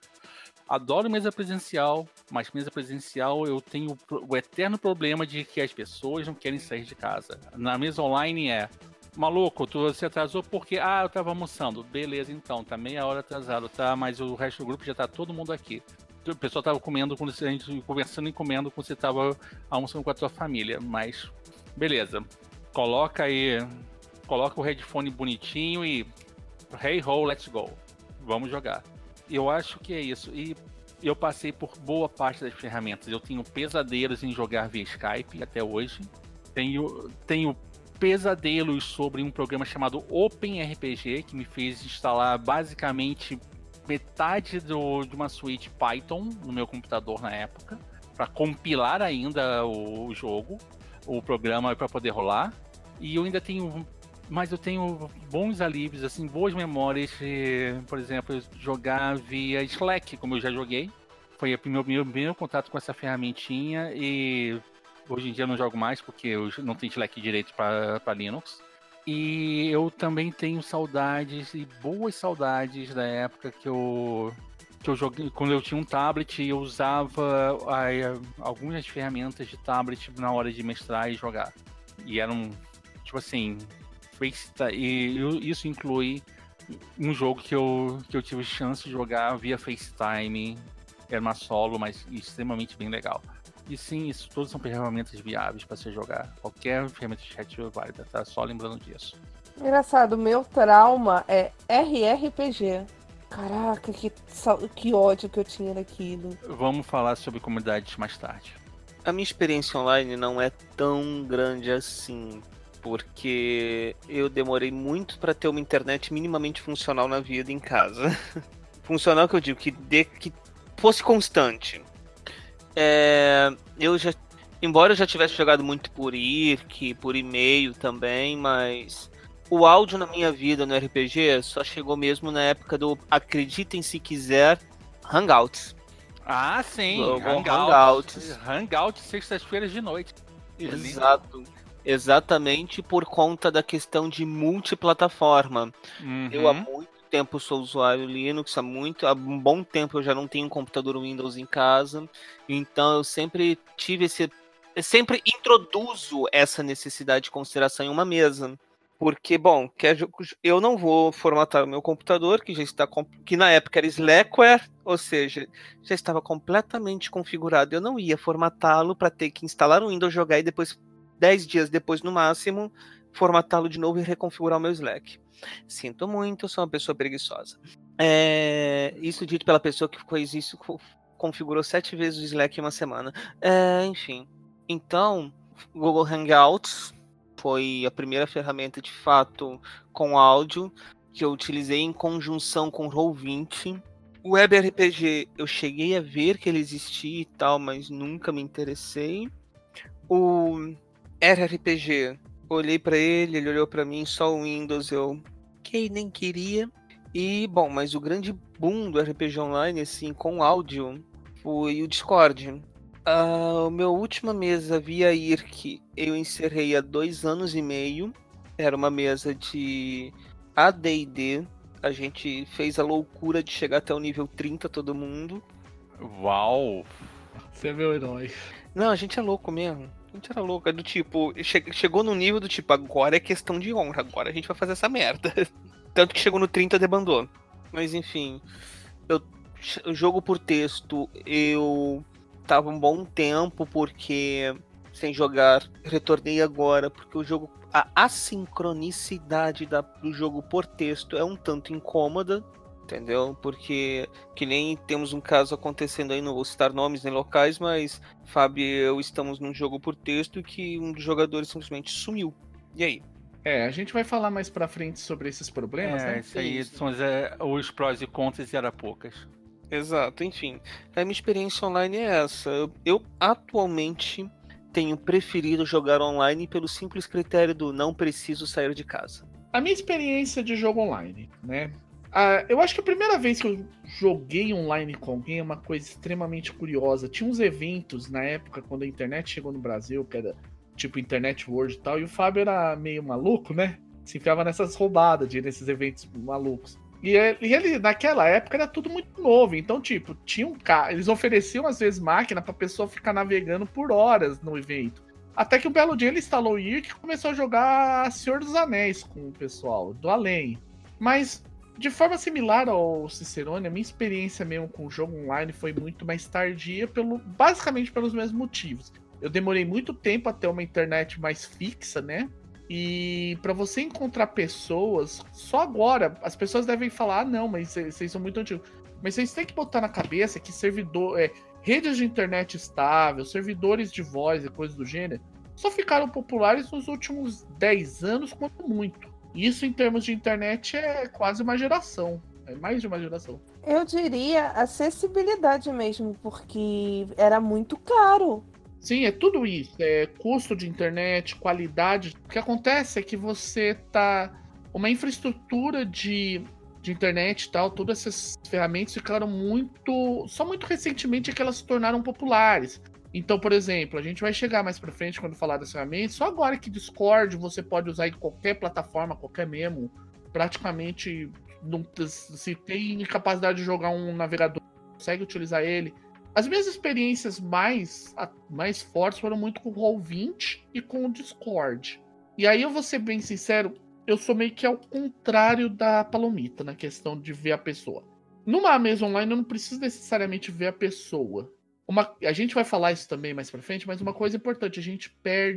Adoro mesa presencial, mas mesa presencial eu tenho o eterno problema de que as pessoas não querem sair de casa. Na mesa online é, maluco, tu, você atrasou porque, ah, eu tava almoçando. Beleza, então, tá meia hora atrasado, tá? Mas o resto do grupo já tá todo mundo aqui. O pessoal tava comendo, com a gente conversando e comendo quando você tava almoçando com a tua família. Mas, beleza. Coloca aí, coloca o headphone bonitinho e, hey ho, let's go. Vamos jogar. Eu acho que é isso. E eu passei por boa parte das ferramentas. Eu tenho pesadelos em jogar via Skype até hoje. Tenho, tenho pesadelos sobre um programa chamado OpenRPG, que me fez instalar basicamente metade do, de uma suíte Python no meu computador na época, para compilar ainda o, o jogo, o programa para poder rolar. E eu ainda tenho... Mas eu tenho bons alívios, assim, boas memórias de, por exemplo, jogar via Slack, como eu já joguei. Foi o meu primeiro, primeiro contato com essa ferramentinha e hoje em dia eu não jogo mais porque eu não tenho Slack direito para Linux. E eu também tenho saudades, e boas saudades da época que eu, que eu joguei, quando eu tinha um tablet e eu usava aí, algumas ferramentas de tablet na hora de mestrar e jogar. E eram, tipo assim... E isso inclui um jogo que eu, que eu tive chance de jogar via FaceTime. Era uma solo, mas extremamente bem legal. E sim, isso todas são ferramentas viáveis para você jogar. Qualquer ferramenta de chat é válida, tá? Só lembrando disso. Engraçado, meu trauma é R R P G. Caraca, que, que ódio que eu tinha daquilo. Vamos falar sobre comunidades mais tarde. A minha experiência online não é tão grande assim. Porque eu demorei muito para ter uma internet minimamente funcional na vida em casa. Funcional que eu digo, que, de, que fosse constante. É, eu já, embora eu já tivesse jogado muito por I R C, por e-mail também, mas o áudio na minha vida no R P G só chegou mesmo na época do, acreditem se quiser, Hangouts. Ah, sim, Hangouts. Hangouts, Hangouts sextas-feiras de noite. Exato. Exatamente por conta da questão de multiplataforma. Uhum. Eu há muito tempo sou usuário Linux, há, muito, há um bom tempo eu já não tenho um computador Windows em casa, então eu sempre tive esse... Eu sempre introduzo essa necessidade de consideração em uma mesa. Porque, bom, eu não vou formatar o meu computador, que já está que na época era Slackware, ou seja, já estava completamente configurado. Eu não ia formatá-lo para ter que instalar o Windows, jogar e depois... dez dias depois, no máximo, formatá-lo de novo e reconfigurar o meu Slack. Sinto muito, sou uma pessoa preguiçosa. É, isso dito pela pessoa que fez isso configurou sete vezes o Slack em uma semana. É, enfim. Então, Google Hangouts foi a primeira ferramenta de fato com áudio que eu utilizei em conjunção com o Roll vinte. O Web R P G eu cheguei a ver que ele existia e tal, mas nunca me interessei. O R R P G, olhei pra ele, ele olhou pra mim, só o Windows, eu ok, nem queria. E, bom, mas o grande boom do R P G online, assim, com áudio, foi o Discord. A uh, minha última mesa via I R C eu encerrei há dois anos e meio. Era uma mesa de A D e D. A gente fez a loucura de chegar até o nível trinta todo mundo. Uau! Você é meu herói. Não, a gente é louco mesmo. A gente era louco. É do tipo, che- chegou no nível do tipo, agora é questão de honra. Agora a gente vai fazer essa merda. Tanto que chegou no trinta debandou. Mas enfim, eu o jogo por texto, eu tava um bom tempo porque sem jogar, retornei agora porque o jogo, a assincronicidade da, do jogo por texto é um tanto incômoda, entendeu? Porque que nem temos um caso acontecendo aí, não vou citar nomes nem locais, mas Fábio e eu estamos num jogo por texto que um dos jogadores simplesmente sumiu. E aí? É, a gente vai falar mais pra frente sobre esses problemas, É, né? isso aí Isso. são os, é, os prós e contras e era poucas. Exato, enfim. A minha experiência online é essa. Eu, eu atualmente tenho preferido jogar online pelo simples critério do não preciso sair de casa. A minha experiência de jogo online, né? Ah, eu acho que a primeira vez que eu joguei online com alguém é uma coisa extremamente curiosa. Tinha uns eventos na época, quando a internet chegou no Brasil, que era tipo Internet World e tal, e o Fábio era meio maluco, né? Se enfiava nessas roubadas de ir nesses eventos malucos. E ele, naquela época, era tudo muito novo. Então, tipo, tinha um carro. Eles ofereciam, às vezes, máquina pra pessoa ficar navegando por horas no evento. Até que um belo dia ele instalou o I R C e começou a jogar Senhor dos Anéis com o pessoal, do além. Mas, de forma similar ao Cicerone, a minha experiência mesmo com o jogo online foi muito mais tardia, pelo, basicamente pelos mesmos motivos. Eu demorei muito tempo a ter uma internet mais fixa, né? E para você encontrar pessoas, só agora, as pessoas devem falar, ah, não, mas vocês são muito antigos. Mas vocês têm que botar na cabeça que servidor, é, redes de internet estável, servidores de voz e coisas do gênero, só ficaram populares nos últimos dez anos, quanto muito. Isso, em termos de internet, é quase uma geração. É mais de uma geração. Eu diria acessibilidade mesmo, porque era muito caro. Sim, é tudo isso. É custo de internet, qualidade. O que acontece é que você tá... Uma infraestrutura de, de internet e tal, todas essas ferramentas ficaram muito... Só muito recentemente é que elas se tornaram populares. Então, por exemplo, a gente vai chegar mais pra frente quando falar das ferramentas. Só agora que Discord você pode usar em qualquer plataforma, qualquer memo. Praticamente, não, se tem capacidade de jogar um navegador, consegue utilizar ele. As minhas experiências mais, mais fortes foram muito com o Roll vinte e com o Discord. E aí eu vou ser bem sincero, eu sou meio que ao contrário da Palomita na questão de ver a pessoa. Numa mesa online eu não preciso necessariamente ver a pessoa. Uma, a gente vai falar isso também mais pra frente, mas uma coisa importante, a gente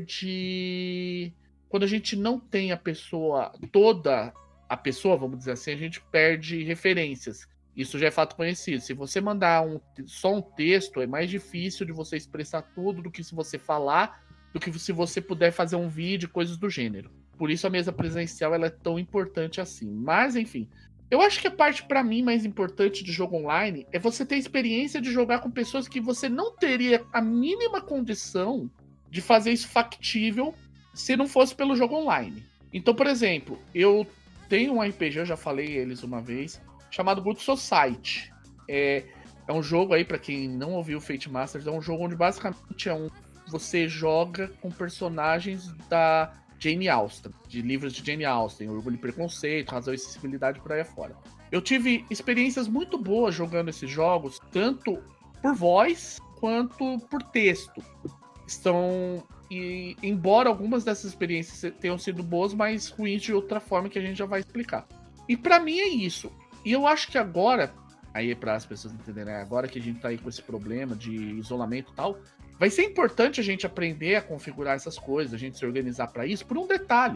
perde... Quando a gente não tem a pessoa, toda a pessoa, vamos dizer assim, a gente perde referências. Isso já é fato conhecido. Se você mandar um, só um texto, é mais difícil de você expressar tudo do que se você falar, do que se você puder fazer um vídeo, coisas do gênero. Por isso a mesa presencial ela é tão importante assim. Mas, enfim, eu acho que a parte, para mim, mais importante de jogo online é você ter a experiência de jogar com pessoas que você não teria a mínima condição de fazer isso factível se não fosse pelo jogo online. Então, por exemplo, eu tenho um R P G, eu já falei eles uma vez, chamado Good Society. É, é um jogo aí, pra quem não ouviu Fate Masters, é um jogo onde basicamente é um, você joga com personagens da Jane Austen, de livros de Jane Austen, Orgulho e Preconceito, Razão e Sensibilidade, por aí afora. Eu tive experiências muito boas jogando esses jogos, tanto por voz quanto por texto. Estão... E, embora algumas dessas experiências tenham sido boas, mas ruins de outra forma que a gente já vai explicar. E pra mim é isso. E eu acho que agora, aí para as pessoas entenderem, agora que a gente tá aí com esse problema de isolamento e tal, vai ser importante a gente aprender a configurar essas coisas, a gente se organizar para isso, por um detalhe.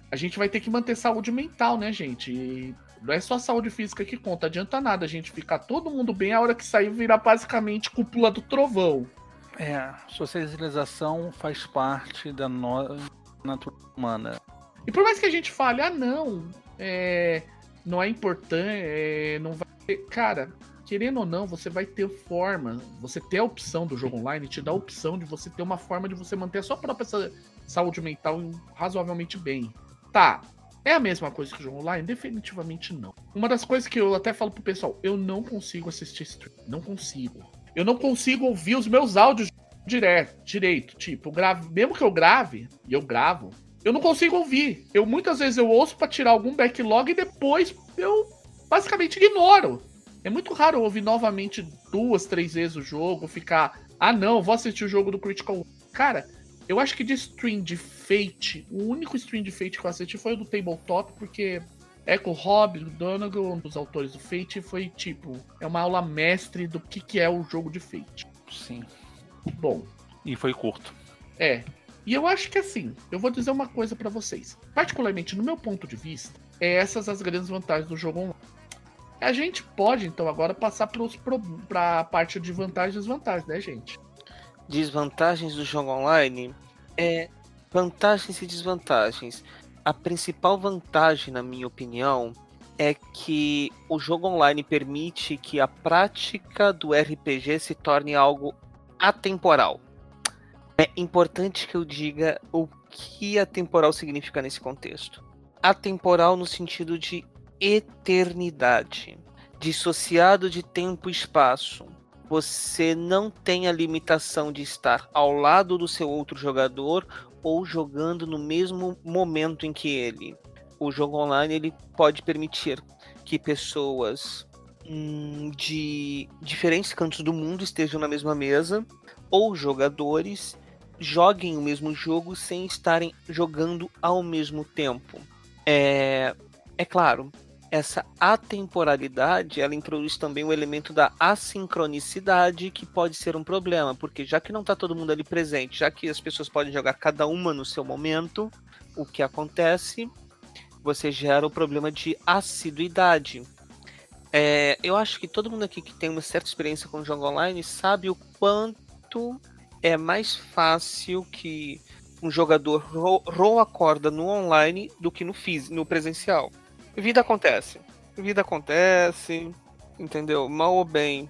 a gente vai ter que manter saúde mental, né, gente? E não é só saúde física que conta. Adianta nada a gente ficar todo mundo bem, a hora que sair virar basicamente cúpula do trovão. É, socialização faz parte da no... natureza humana. E por mais que a gente fale, ah, não, é, não é importante, é, não vai ter. Cara, querendo ou não, você vai ter forma, você ter a opção do jogo online, te dá a opção de você ter uma forma de você manter a sua própria saúde mental razoavelmente bem. Tá, é a mesma coisa que o jogo online? Definitivamente não. Uma das coisas que eu até falo pro pessoal, eu não consigo assistir stream, não consigo. Eu não consigo ouvir os meus áudios direto, direito, tipo, grave, mesmo que eu grave, e eu gravo, eu não consigo ouvir. Eu muitas vezes eu ouço pra tirar algum backlog e depois eu basicamente ignoro. É muito raro eu ouvir novamente duas, três vezes o jogo, ficar, ah não, vou assistir o jogo do Critical. Cara, eu acho que de stream de Fate, o único stream de Fate que eu assisti foi o do Tabletop, porque Echo Robb, o Donegal, um dos autores do Fate, foi tipo, é uma aula mestre do que, que é o jogo de Fate. Sim. Bom. E foi curto. É. E eu acho que assim, eu vou dizer uma coisa pra vocês. Particularmente no meu ponto de vista, é essas as grandes vantagens do jogo online. A gente pode, então, agora passar para a parte de vantagens e desvantagens, né, gente? Desvantagens do jogo online? É, vantagens e desvantagens. A principal vantagem, na minha opinião, é que o jogo online permite que a prática do R P G se torne algo atemporal. É importante que eu diga o que atemporal significa nesse contexto. Atemporal no sentido de eternidade, dissociado de tempo e espaço. Você não tem a limitação de estar ao lado do seu outro jogador ou jogando no mesmo momento em que ele. O jogo online ele pode permitir que pessoas hum, de diferentes cantos do mundo estejam na mesma mesa, ou jogadores joguem o mesmo jogo sem estarem jogando ao mesmo tempo. É, é claro, essa atemporalidade, ela introduz também o elemento da assincronicidade, que pode ser um problema, porque já que não está todo mundo ali presente, já que as pessoas podem jogar cada uma no seu momento, o que acontece? Você gera o problema de assiduidade. É, eu acho que todo mundo aqui que tem uma certa experiência com o jogo online sabe o quanto é mais fácil que um jogador ro- roa a corda no online do que no, físico, no presencial. Vida acontece. Vida acontece, entendeu? Mal ou bem,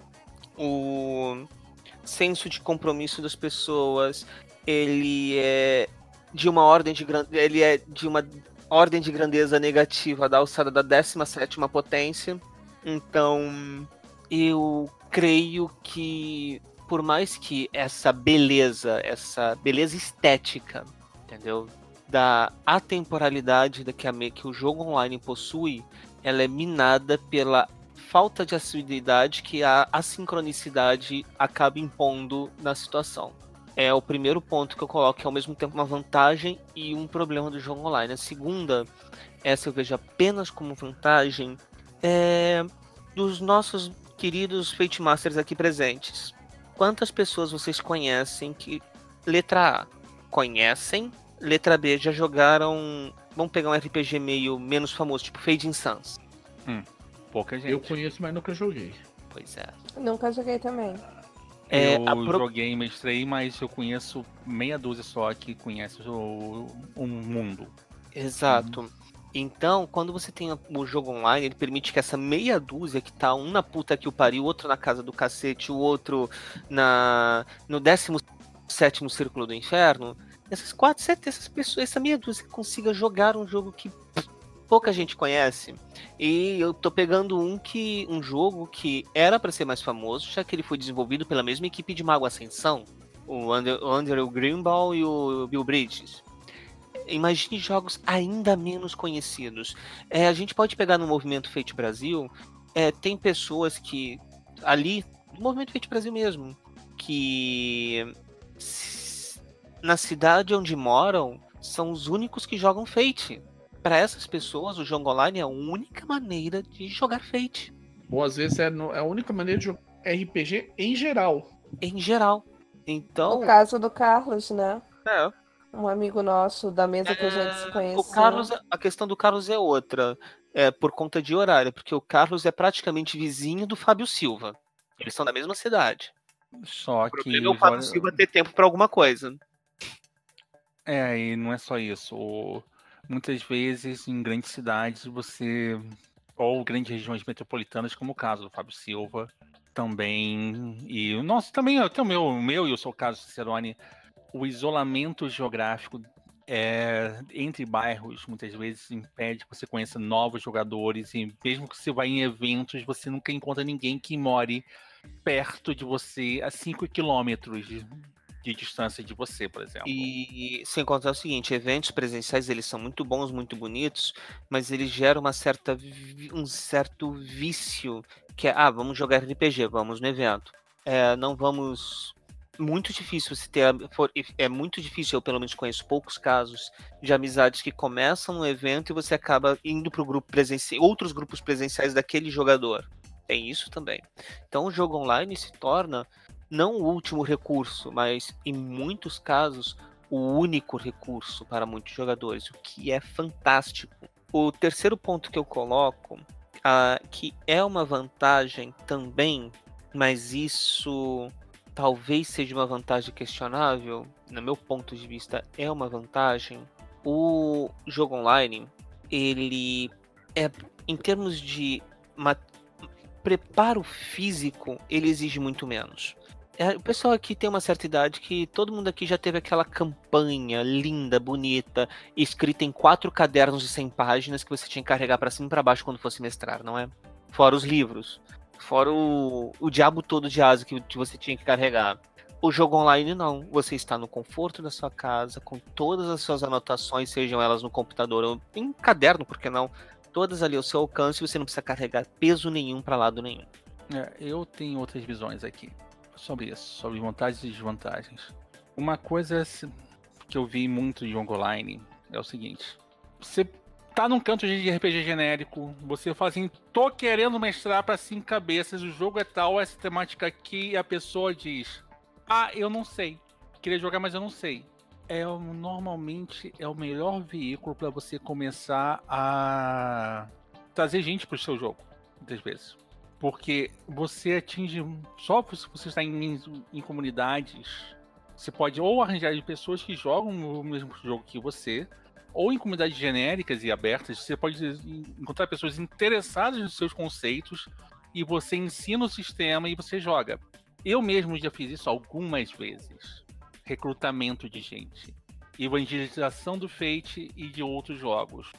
o senso de compromisso das pessoas, ele é de uma ordem de gran- ele é de uma ordem de grandeza negativa da alçada da décima sétima potência. Então, eu creio que por mais que essa beleza, essa beleza estética, entendeu? Da atemporalidade da que, a, que o jogo online possui, ela é minada pela falta de assiduidade que a assincronicidade acaba impondo na situação. É o primeiro ponto que eu coloco, que é ao mesmo tempo uma vantagem e um problema do jogo online. A segunda, essa eu vejo apenas como vantagem, é dos nossos queridos Fate Masters aqui presentes. Quantas pessoas vocês conhecem que, letra A, conhecem, letra B, já jogaram, vamos pegar um R P G meio menos famoso, tipo Fading Suns? Hum, pouca gente. Eu conheço, mas nunca joguei. Pois é. Nunca joguei também. É, eu a pro- joguei, mestrei, mas eu conheço meia dúzia só que conhece o, o mundo. Exato. Uhum. Então, quando você tem o jogo online, ele permite que essa meia dúzia que tá um na puta que o pariu, o outro na casa do cacete, o outro na no décimo sétimo círculo do inferno, essas quatro, sete, essas pessoas, essa meia dúzia consiga jogar um jogo que pouca gente conhece. E eu tô pegando um que um jogo que era para ser mais famoso, já que ele foi desenvolvido pela mesma equipe de Mago Ascensão, o Andrew, o Andrew Greenbaum e o Bill Bridges. Imagine jogos ainda menos conhecidos. É, a gente pode pegar no Movimento Fate Brasil, é, tem pessoas que ali, no Movimento Fate Brasil mesmo, que na cidade onde moram são os únicos que jogam Fate. Para essas pessoas, o jogo online é a única maneira de jogar Fate. Ou às vezes é, no, é a única maneira de jogar R P G em geral. Em geral. Então. O caso do Carlos, né? É. um amigo nosso da mesa que a gente se É, conheceu. o Carlos, a questão do Carlos é outra, é por conta de horário, porque o Carlos é praticamente vizinho do Fábio Silva. Eles são da mesma cidade. Só O que problema é o os Fábio hora- Silva ter tempo pra alguma coisa. É, e não é só isso. O- Muitas vezes em grandes cidades você. Ou grandes regiões metropolitanas, como o caso do Fábio Silva, também. E o nosso também, até o meu, o meu e o seu caso, Cicerone, o isolamento geográfico é, entre bairros muitas vezes impede que você conheça novos jogadores. E mesmo que você vá em eventos, você nunca encontra ninguém que more perto de você a cinco quilômetros de, de distância de você, por exemplo. E sem contar o seguinte, eventos presenciais eles são muito bons, muito bonitos, mas eles geram uma certa vi- um certo vício, que é, ah, vamos jogar R P G, vamos no evento. É, não vamos muito difícil você ter a- for- é muito difícil, eu pelo menos conheço poucos casos de amizades que começam no evento e você acaba indo para o grupo presencial, outros grupos presenciais daquele jogador. Tem isso também. Então o jogo online se torna não o último recurso, mas em muitos casos o único recurso para muitos jogadores, o que é fantástico. O terceiro ponto que eu coloco, ah, que é uma vantagem também, mas isso talvez seja uma vantagem questionável, no meu ponto de vista é uma vantagem. O jogo online, ele é, em termos de ma- preparo físico, ele exige muito menos. É, o pessoal aqui tem uma certa idade que todo mundo aqui já teve aquela campanha linda, bonita, escrita em quatro cadernos de cem páginas que você tinha que carregar para cima e para baixo quando fosse mestrar, não é? Fora os livros, fora o, o diabo todo de asa que, que você tinha que carregar. O jogo online não, você está no conforto da sua casa, com todas as suas anotações, sejam elas no computador ou em caderno, por que não? Todas ali ao seu alcance e você não precisa carregar peso nenhum para lado nenhum. É, eu tenho outras visões aqui sobre isso, sobre vantagens e desvantagens. Uma coisa que eu vi muito em jogo online é o seguinte: você tá num canto de R P G genérico, você fala assim, tô querendo mestrar pra cinco cabeças, o jogo é tal, essa temática aqui, e a pessoa diz, ah, eu não sei, queria jogar, mas eu não sei. É, normalmente é o melhor veículo para você começar a trazer gente pro seu jogo, muitas vezes. Porque você atinge, só se você está em, em comunidades, você pode ou arranjar de pessoas que jogam o mesmo jogo que você, ou em comunidades genéricas e abertas, você pode encontrar pessoas interessadas nos seus conceitos e você ensina o sistema e você joga. Eu mesmo já fiz isso algumas vezes. Recrutamento de gente, evangelização do Fate e de outros jogos.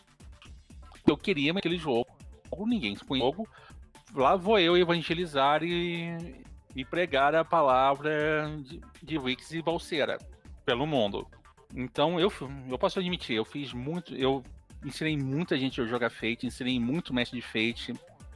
Eu queria aquele jogo, ninguém se põe em jogo, lá vou eu evangelizar e, e pregar a palavra de, de Wix e Balseira pelo mundo. Então eu, eu posso admitir, eu fiz muito, eu ensinei muita gente a jogar Fate, ensinei muito mestre de Fate,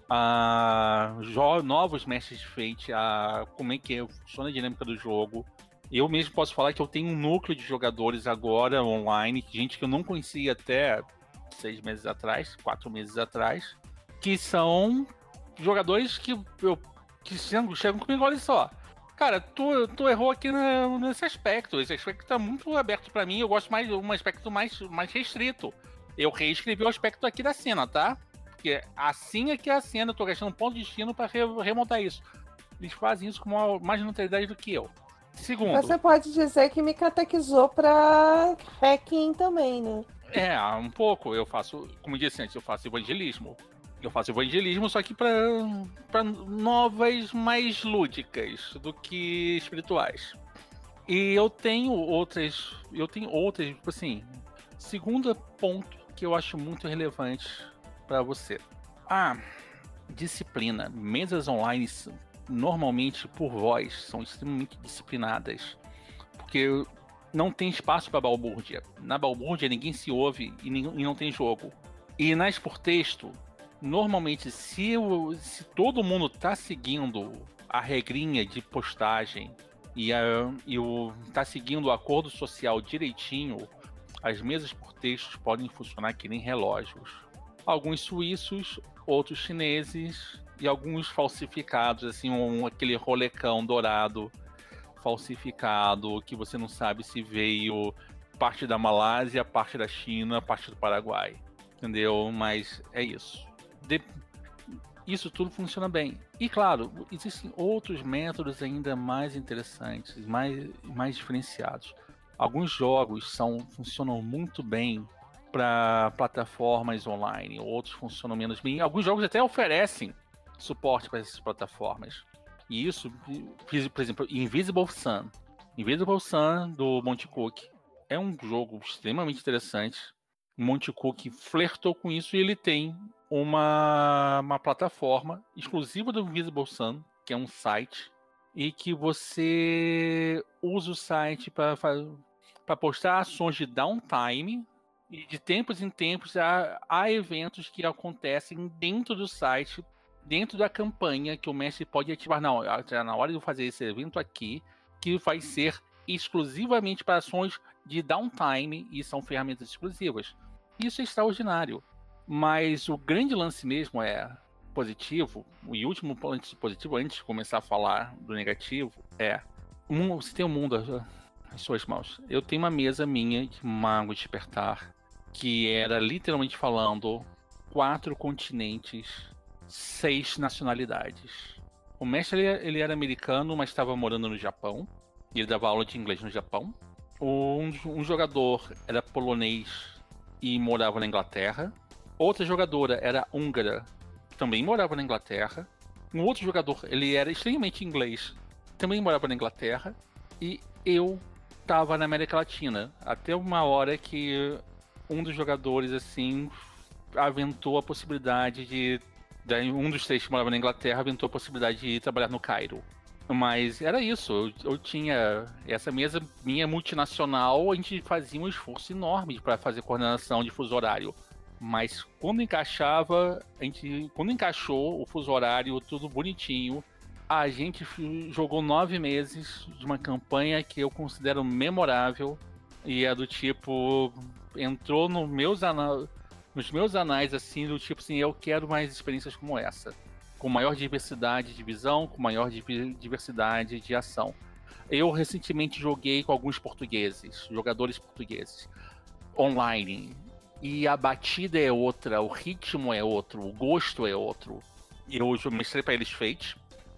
a jo- novos mestres de Fate, a como é que funciona a dinâmica do jogo. Eu mesmo posso falar que eu tenho um núcleo de jogadores agora online, gente que eu não conhecia até seis meses atrás, quatro meses atrás, que são jogadores que, eu, que chegam, chegam comigo, olha só, cara, tu, tu errou aqui na, nesse aspecto, esse aspecto tá muito aberto pra mim, eu gosto mais de um aspecto mais, mais restrito. Eu reescrevi o aspecto aqui da cena, tá? Porque assim é que é a cena, eu tô gastando um ponto de destino pra re, remontar isso. Eles fazem isso com uma, mais naturalidade do que eu. Segundo... Você pode dizer que me catequizou pra hacking também, né? É, um pouco. Eu faço, como eu disse antes, eu faço evangelismo. Eu faço evangelismo, só que para novas mais lúdicas do que espirituais. E eu tenho outras, eu tenho outras, tipo assim, segundo ponto que eu acho muito relevante para você. A disciplina. Mesas online, normalmente por voz, são extremamente disciplinadas. Porque não tem espaço para balbúrdia. Na balbúrdia ninguém se ouve e, nem, e não tem jogo. E nas por texto, normalmente, se, o, se todo mundo tá seguindo a regrinha de postagem e, a, e o, tá seguindo o acordo social direitinho, as mesas por textos podem funcionar que nem relógios. Alguns suíços, outros chineses e alguns falsificados, assim, um, aquele rolecão dourado falsificado, que você não sabe se veio parte da Malásia, parte da China, parte do Paraguai. Entendeu? Mas é isso. De... Isso tudo funciona bem. E claro, existem outros métodos ainda mais interessantes, mais, mais diferenciados. Alguns jogos são, funcionam muito bem para plataformas online, outros funcionam menos bem. Alguns jogos até oferecem suporte para essas plataformas. E isso, por exemplo, Invisible Sun. Invisible Sun do Monte Cook é um jogo extremamente interessante. O Monte Cook flertou com isso e ele tem uma, uma plataforma exclusiva do Invisible Sun, que é um site, e que você usa o site para postar ações de downtime, e de tempos em tempos há, há eventos que acontecem dentro do site, dentro da campanha, que o mestre pode ativar. Não, na hora de eu fazer esse evento aqui, que vai ser exclusivamente para ações de downtime, e são ferramentas exclusivas. Isso é extraordinário. Mas o grande lance mesmo é positivo, e o último lance positivo, antes de começar a falar do negativo, é você tem o mundo às suas mãos. Eu tenho uma mesa minha de Mago Despertar, que era literalmente falando quatro continentes, seis nacionalidades. O mestre ele, ele era americano, mas estava morando no Japão, e ele dava aula de inglês no Japão. Um, um jogador era polonês e morava na Inglaterra. Outra jogadora era húngara, também morava na Inglaterra. Um outro jogador, ele era extremamente inglês, também morava na Inglaterra. E eu estava na América Latina, até uma hora que um dos jogadores, assim, aventou a possibilidade de... Um dos três que morava na Inglaterra aventou a possibilidade de trabalhar no Cairo. Mas era isso, eu, eu tinha essa mesa minha multinacional, a gente fazia um esforço enorme para fazer coordenação de fuso horário. Mas quando encaixava, a gente, quando encaixou o fuso horário, tudo bonitinho, a gente jogou nove meses de uma campanha que eu considero memorável, e é do tipo, entrou no meus ana, nos meus anais, assim, do tipo assim, eu quero mais experiências como essa. Com maior diversidade de visão, com maior diversidade de ação. Eu recentemente joguei com alguns portugueses, jogadores portugueses, online. E a batida é outra, o ritmo é outro, o gosto é outro. Eu mostrei para eles Fate.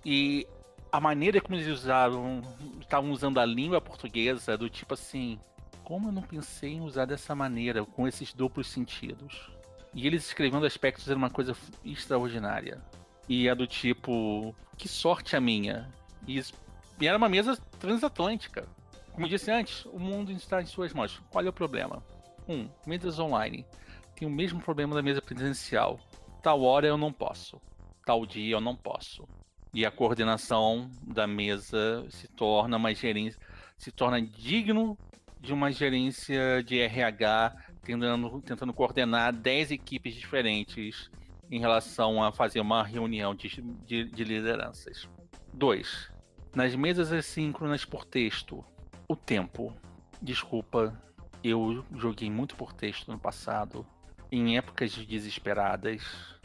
E a maneira como eles usaram, estavam usando a língua portuguesa, do tipo assim, como eu não pensei em usar dessa maneira, com esses duplos sentidos. E eles escrevendo aspectos era uma coisa extraordinária. E é do tipo, que sorte a minha. E, e era uma mesa transatlântica. Como eu disse antes, o mundo está em suas mãos. Qual é o problema? Um, mesas online. Tem o mesmo problema da mesa presencial. Tal hora eu não posso. Tal dia eu não posso. E a coordenação da mesa se torna uma gerência, se torna digno de uma gerência de R H tentando, tentando coordenar dez equipes diferentes em relação a fazer uma reunião de, de, de lideranças. Dois, nas mesas assíncronas por texto, o tempo. Desculpa, eu joguei muito por texto no passado. Em épocas desesperadas,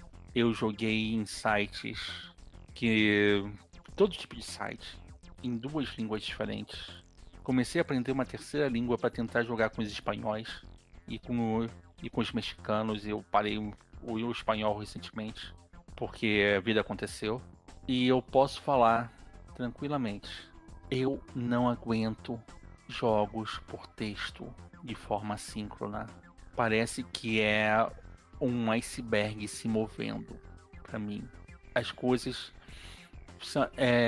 eu joguei em sites que... todo tipo de site, em duas línguas diferentes. Comecei a aprender uma terceira língua para tentar jogar com os espanhóis e com, e com os mexicanos. Eu parei o, o espanhol recentemente, porque a vida aconteceu. E eu posso falar tranquilamente, eu não aguento jogos por texto de forma síncrona. Parece que é um iceberg se movendo para mim. As coisas são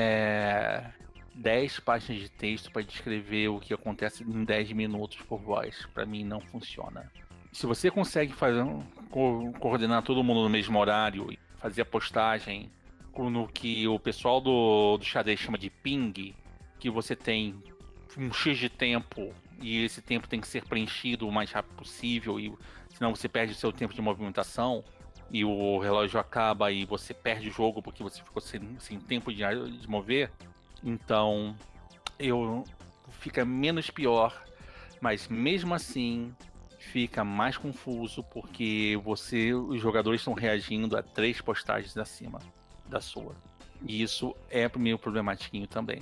é, dez páginas de texto para descrever o que acontece em dez minutos por voz. Para mim não funciona. Se você consegue fazer, co- coordenar todo mundo no mesmo horário e fazer a postagem no que o pessoal do, do xadrez chama de ping, que você tem um X de tempo e esse tempo tem que ser preenchido o mais rápido possível, e senão você perde o seu tempo de movimentação e o relógio acaba e você perde o jogo porque você ficou sem, sem tempo de, de mover. Então eu fica menos pior, mas mesmo assim fica mais confuso porque você, os jogadores estão reagindo a três postagens acima da sua. E isso é meio problematiquinho também.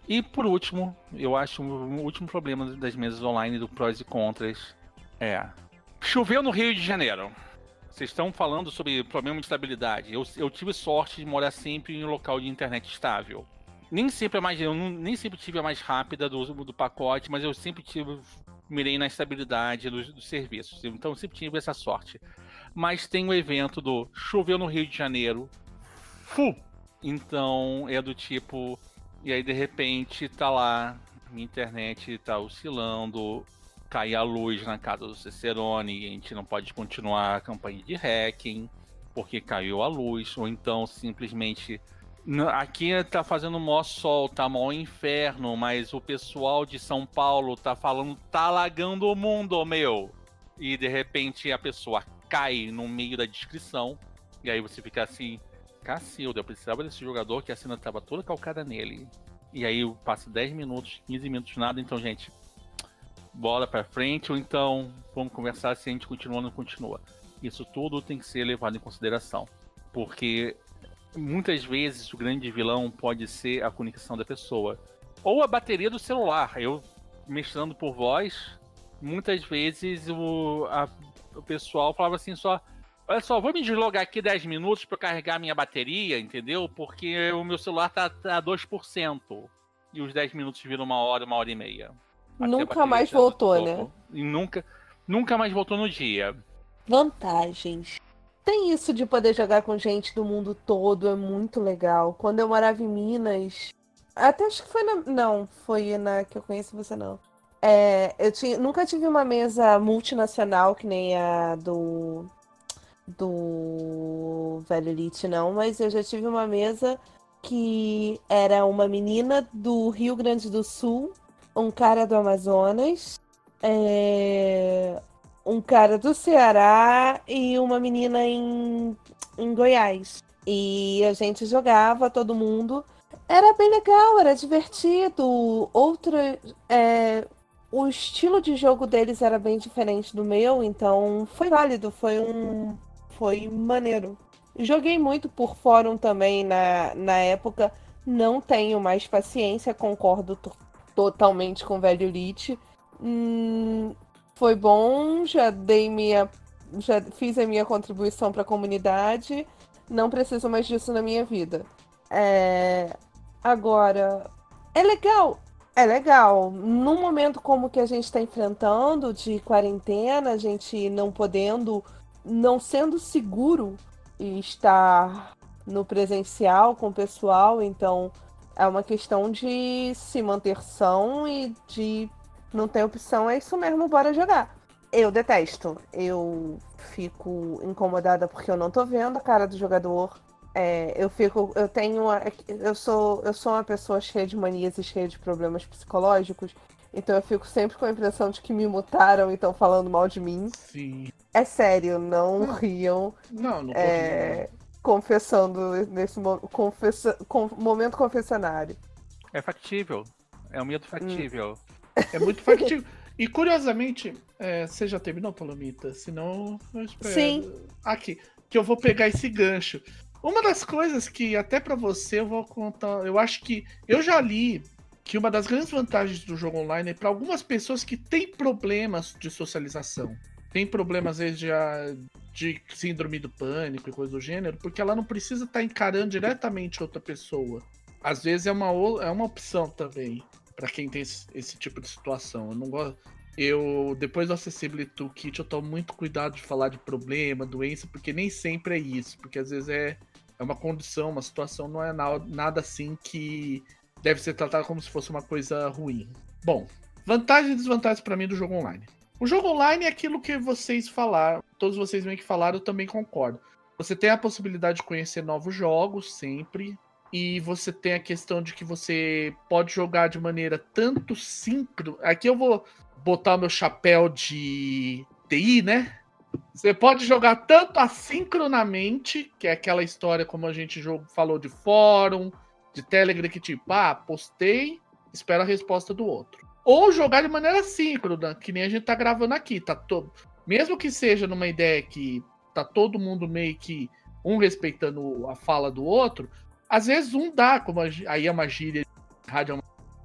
E por último, eu acho o último problema das mesas online do prós e contras é... Choveu no Rio de Janeiro. Vocês estão falando sobre problema de estabilidade. Eu, eu tive sorte de morar sempre em um local de internet estável. Nem sempre, a mais, eu não, nem sempre tive a mais rápida do, do pacote, mas eu sempre tive, mirei na estabilidade dos, dos serviços. Então eu sempre tive essa sorte. Mas tem o evento do choveu no Rio de Janeiro. Fu! Então é do tipo... E aí de repente tá lá, minha internet tá oscilando, cai a luz na casa do Cicerone, e a gente não pode continuar a campanha de hacking, porque caiu a luz, ou então simplesmente... Aqui tá fazendo mó sol, tá mó inferno, mas o pessoal de São Paulo tá falando, tá alagando o mundo, meu! E de repente a pessoa cai no meio da descrição, e aí você fica assim... Cacilda, eu precisava desse jogador que a cena tava toda calcada nele. E aí passa dez minutos, quinze minutos, nada. Então, gente, bola pra frente. Ou então, vamos conversar se a gente continua ou não continua. Isso tudo tem que ser levado em consideração. Porque muitas vezes o grande vilão pode ser a conexão da pessoa. Ou a bateria do celular. Eu, mestrando por voz, muitas vezes o, a, o pessoal falava assim só... Olha só, vou me deslogar aqui dez minutos para carregar minha bateria, entendeu? Porque o meu celular tá, tá a dois por cento. E os dez minutos viram uma hora, uma hora e meia. Nunca mais voltou, né? E nunca, nunca mais voltou no dia. Vantagens. Tem isso de poder jogar com gente do mundo todo, é muito legal. Quando eu morava em Minas... Até acho que foi na... Não, foi na que eu conheço você, não. É, eu tinha, nunca tive uma mesa multinacional que nem a do... do Velho Elite, não, mas eu já tive uma mesa que era uma menina do Rio Grande do Sul, um cara do Amazonas, é... um cara do Ceará e uma menina em, em Goiás. E a gente jogava, todo mundo. Era bem legal, era divertido. Outra, é... o estilo de jogo deles era bem diferente do meu, então foi válido, foi um Foi maneiro. Joguei muito por fórum também na, na época. Não tenho mais paciência, concordo t- totalmente com o Velho Elite. Hum, foi bom, já dei minha. Já fiz a minha contribuição para a comunidade. Não preciso mais disso na minha vida. É, agora, é legal. É legal. Num momento como o que a gente está enfrentando, de quarentena, a gente não podendo. Não sendo seguro estar no presencial com o pessoal, então é uma questão de se manter são e de não ter opção, é isso mesmo, bora jogar. Eu detesto, eu fico incomodada porque eu não tô vendo a cara do jogador, é, eu fico, eu tenho, eu sou, eu sou uma pessoa cheia de manias e cheia de problemas psicológicos. Então eu fico sempre com a impressão de que me mutaram e estão falando mal de mim. Sim. É sério, não, não. riam. Não, não tô é... rindo. Confessando nesse mo... Confessa... Com... momento confessionário. É factível. É um medo factível. Hum. É muito factível. E curiosamente, é... você já terminou, Palomita? Senão eu espero. Sim. Aqui, que eu vou pegar esse gancho. Uma das coisas que até pra você eu vou contar. Eu acho que eu já li. Que uma das grandes vantagens do jogo online é para algumas pessoas que têm problemas de socialização. Tem problemas, às vezes, de, de síndrome do pânico e coisa do gênero, porque ela não precisa estar encarando diretamente outra pessoa. Às vezes é uma, é uma opção também, para quem tem esse, esse tipo de situação. Eu não gosto. Eu, depois do Accessibility Toolkit, eu tomo muito cuidado de falar de problema, doença, porque nem sempre é isso. Porque às vezes é, é uma condição, uma situação, não é nada, nada assim que deve ser tratado como se fosse uma coisa ruim. Bom, vantagens e desvantagens para mim do jogo online. O jogo online é aquilo que vocês falaram, todos vocês meio que falaram, eu também concordo. Você tem a possibilidade de conhecer novos jogos sempre, e você tem a questão de que você pode jogar de maneira tanto síncrona. Aqui eu vou botar o meu chapéu de T I, né? Você pode jogar tanto assincronamente, que é aquela história como a gente falou de fórum, de Telegram, que tipo, ah, postei, espera a resposta do outro. Ou jogar de maneira síncrona, que nem a gente tá gravando aqui, tá todo. Mesmo que seja numa ideia que tá todo mundo meio que um respeitando a fala do outro, às vezes um dá, como a, aí é uma gíria de rádio,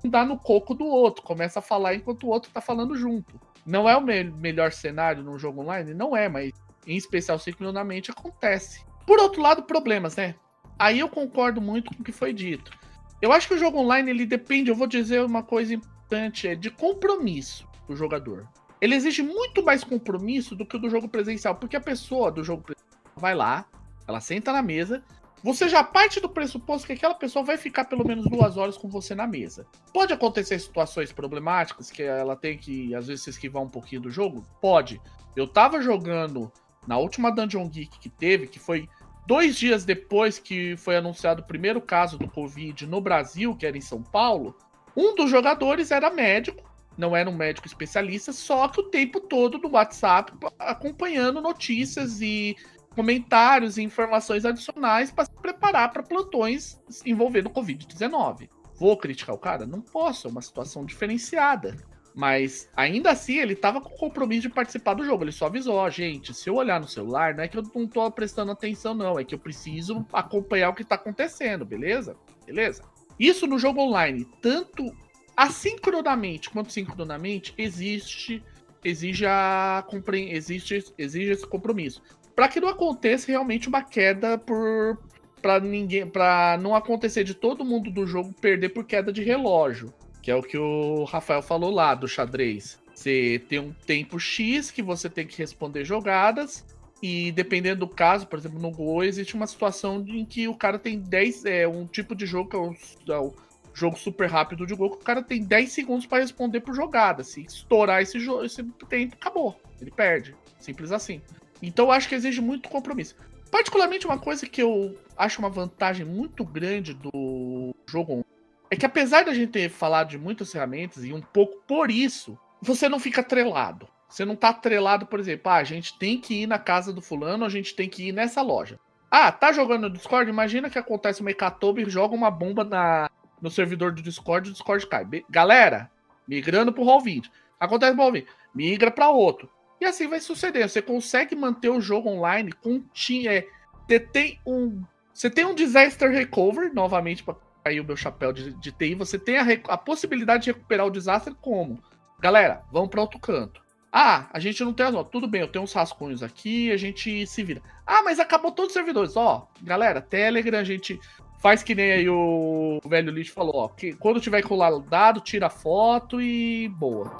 dá no coco do outro, começa a falar enquanto o outro tá falando junto. Não é o me- melhor cenário num jogo online? Não é, mas em especial sincronamente acontece. Por outro lado, problemas, né? Aí eu concordo muito com o que foi dito. Eu acho que o jogo online, ele depende, eu vou dizer uma coisa importante, é de compromisso do jogador. Ele exige muito mais compromisso do que o do jogo presencial, porque a pessoa do jogo presencial vai lá, ela senta na mesa, você já parte do pressuposto que aquela pessoa vai ficar pelo menos duas horas com você na mesa. Pode acontecer situações problemáticas, que ela tem que, às vezes, se esquivar um pouquinho do jogo? Pode. Eu tava jogando na última Dungeon Geek que teve, que foi dois dias depois que foi anunciado o primeiro caso do Covid no Brasil, que era em São Paulo. Um dos jogadores era médico, não era um médico especialista, só que o tempo todo no WhatsApp acompanhando notícias e comentários e informações adicionais para se preparar para plantões envolvendo covid dezenove. Vou criticar o cara? Não posso, é uma situação diferenciada. Mas ainda assim ele estava com o compromisso de participar do jogo. Ele só avisou, ó, gente, se eu olhar no celular, não é que eu não tô prestando atenção, não. É que eu preciso acompanhar o que tá acontecendo, beleza? Beleza? Isso no jogo online, tanto assincronamente quanto sincronamente, existe, exige, a, existe, exige esse compromisso. Para que não aconteça realmente uma queda por... Para ninguém, para não acontecer de todo mundo do jogo perder por queda de relógio. Que é o que o Rafael falou lá do xadrez. Você tem um tempo X que você tem que responder jogadas. E dependendo do caso, por exemplo, no Go, existe uma situação em que o cara tem dez... É um tipo de jogo que é o, é o jogo super rápido de Go, que o cara tem dez segundos para responder por jogada. Se estourar esse, jogo, esse tempo, acabou. Ele perde. Simples assim. Então eu acho que exige muito compromisso. Particularmente uma coisa que eu acho uma vantagem muito grande do jogo online é que apesar da gente ter falado de muitas ferramentas e um pouco por isso, você não fica atrelado. Você não tá atrelado, por exemplo, ah, a gente tem que ir na casa do fulano, a gente tem que ir nessa loja. Ah, tá jogando no Discord? Imagina que acontece uma hecatombe e joga uma bomba na, no servidor do Discord e o Discord cai. Be- Galera, migrando pro Roll vinte. Acontece pro Roll vinte. Migra pra outro. E assim vai suceder. Você consegue manter o jogo online com é, você tem um você tem um disaster recovery, novamente para cair o meu chapéu de, de T I, você tem a, a possibilidade de recuperar o desastre como? Galera, vamos para outro canto. Ah, a gente não tem as notas. Tudo bem, eu tenho uns rascunhos aqui, a gente se vira. Ah, mas acabou todos os servidores. Ó, galera, Telegram, a gente faz que nem aí o velho lixo falou, ó, que quando tiver que rolar o dado, tira foto e boa.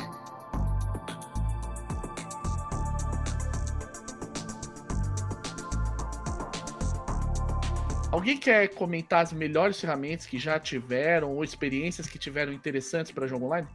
Alguém quer comentar as melhores ferramentas que já tiveram ou experiências que tiveram interessantes para jogo online?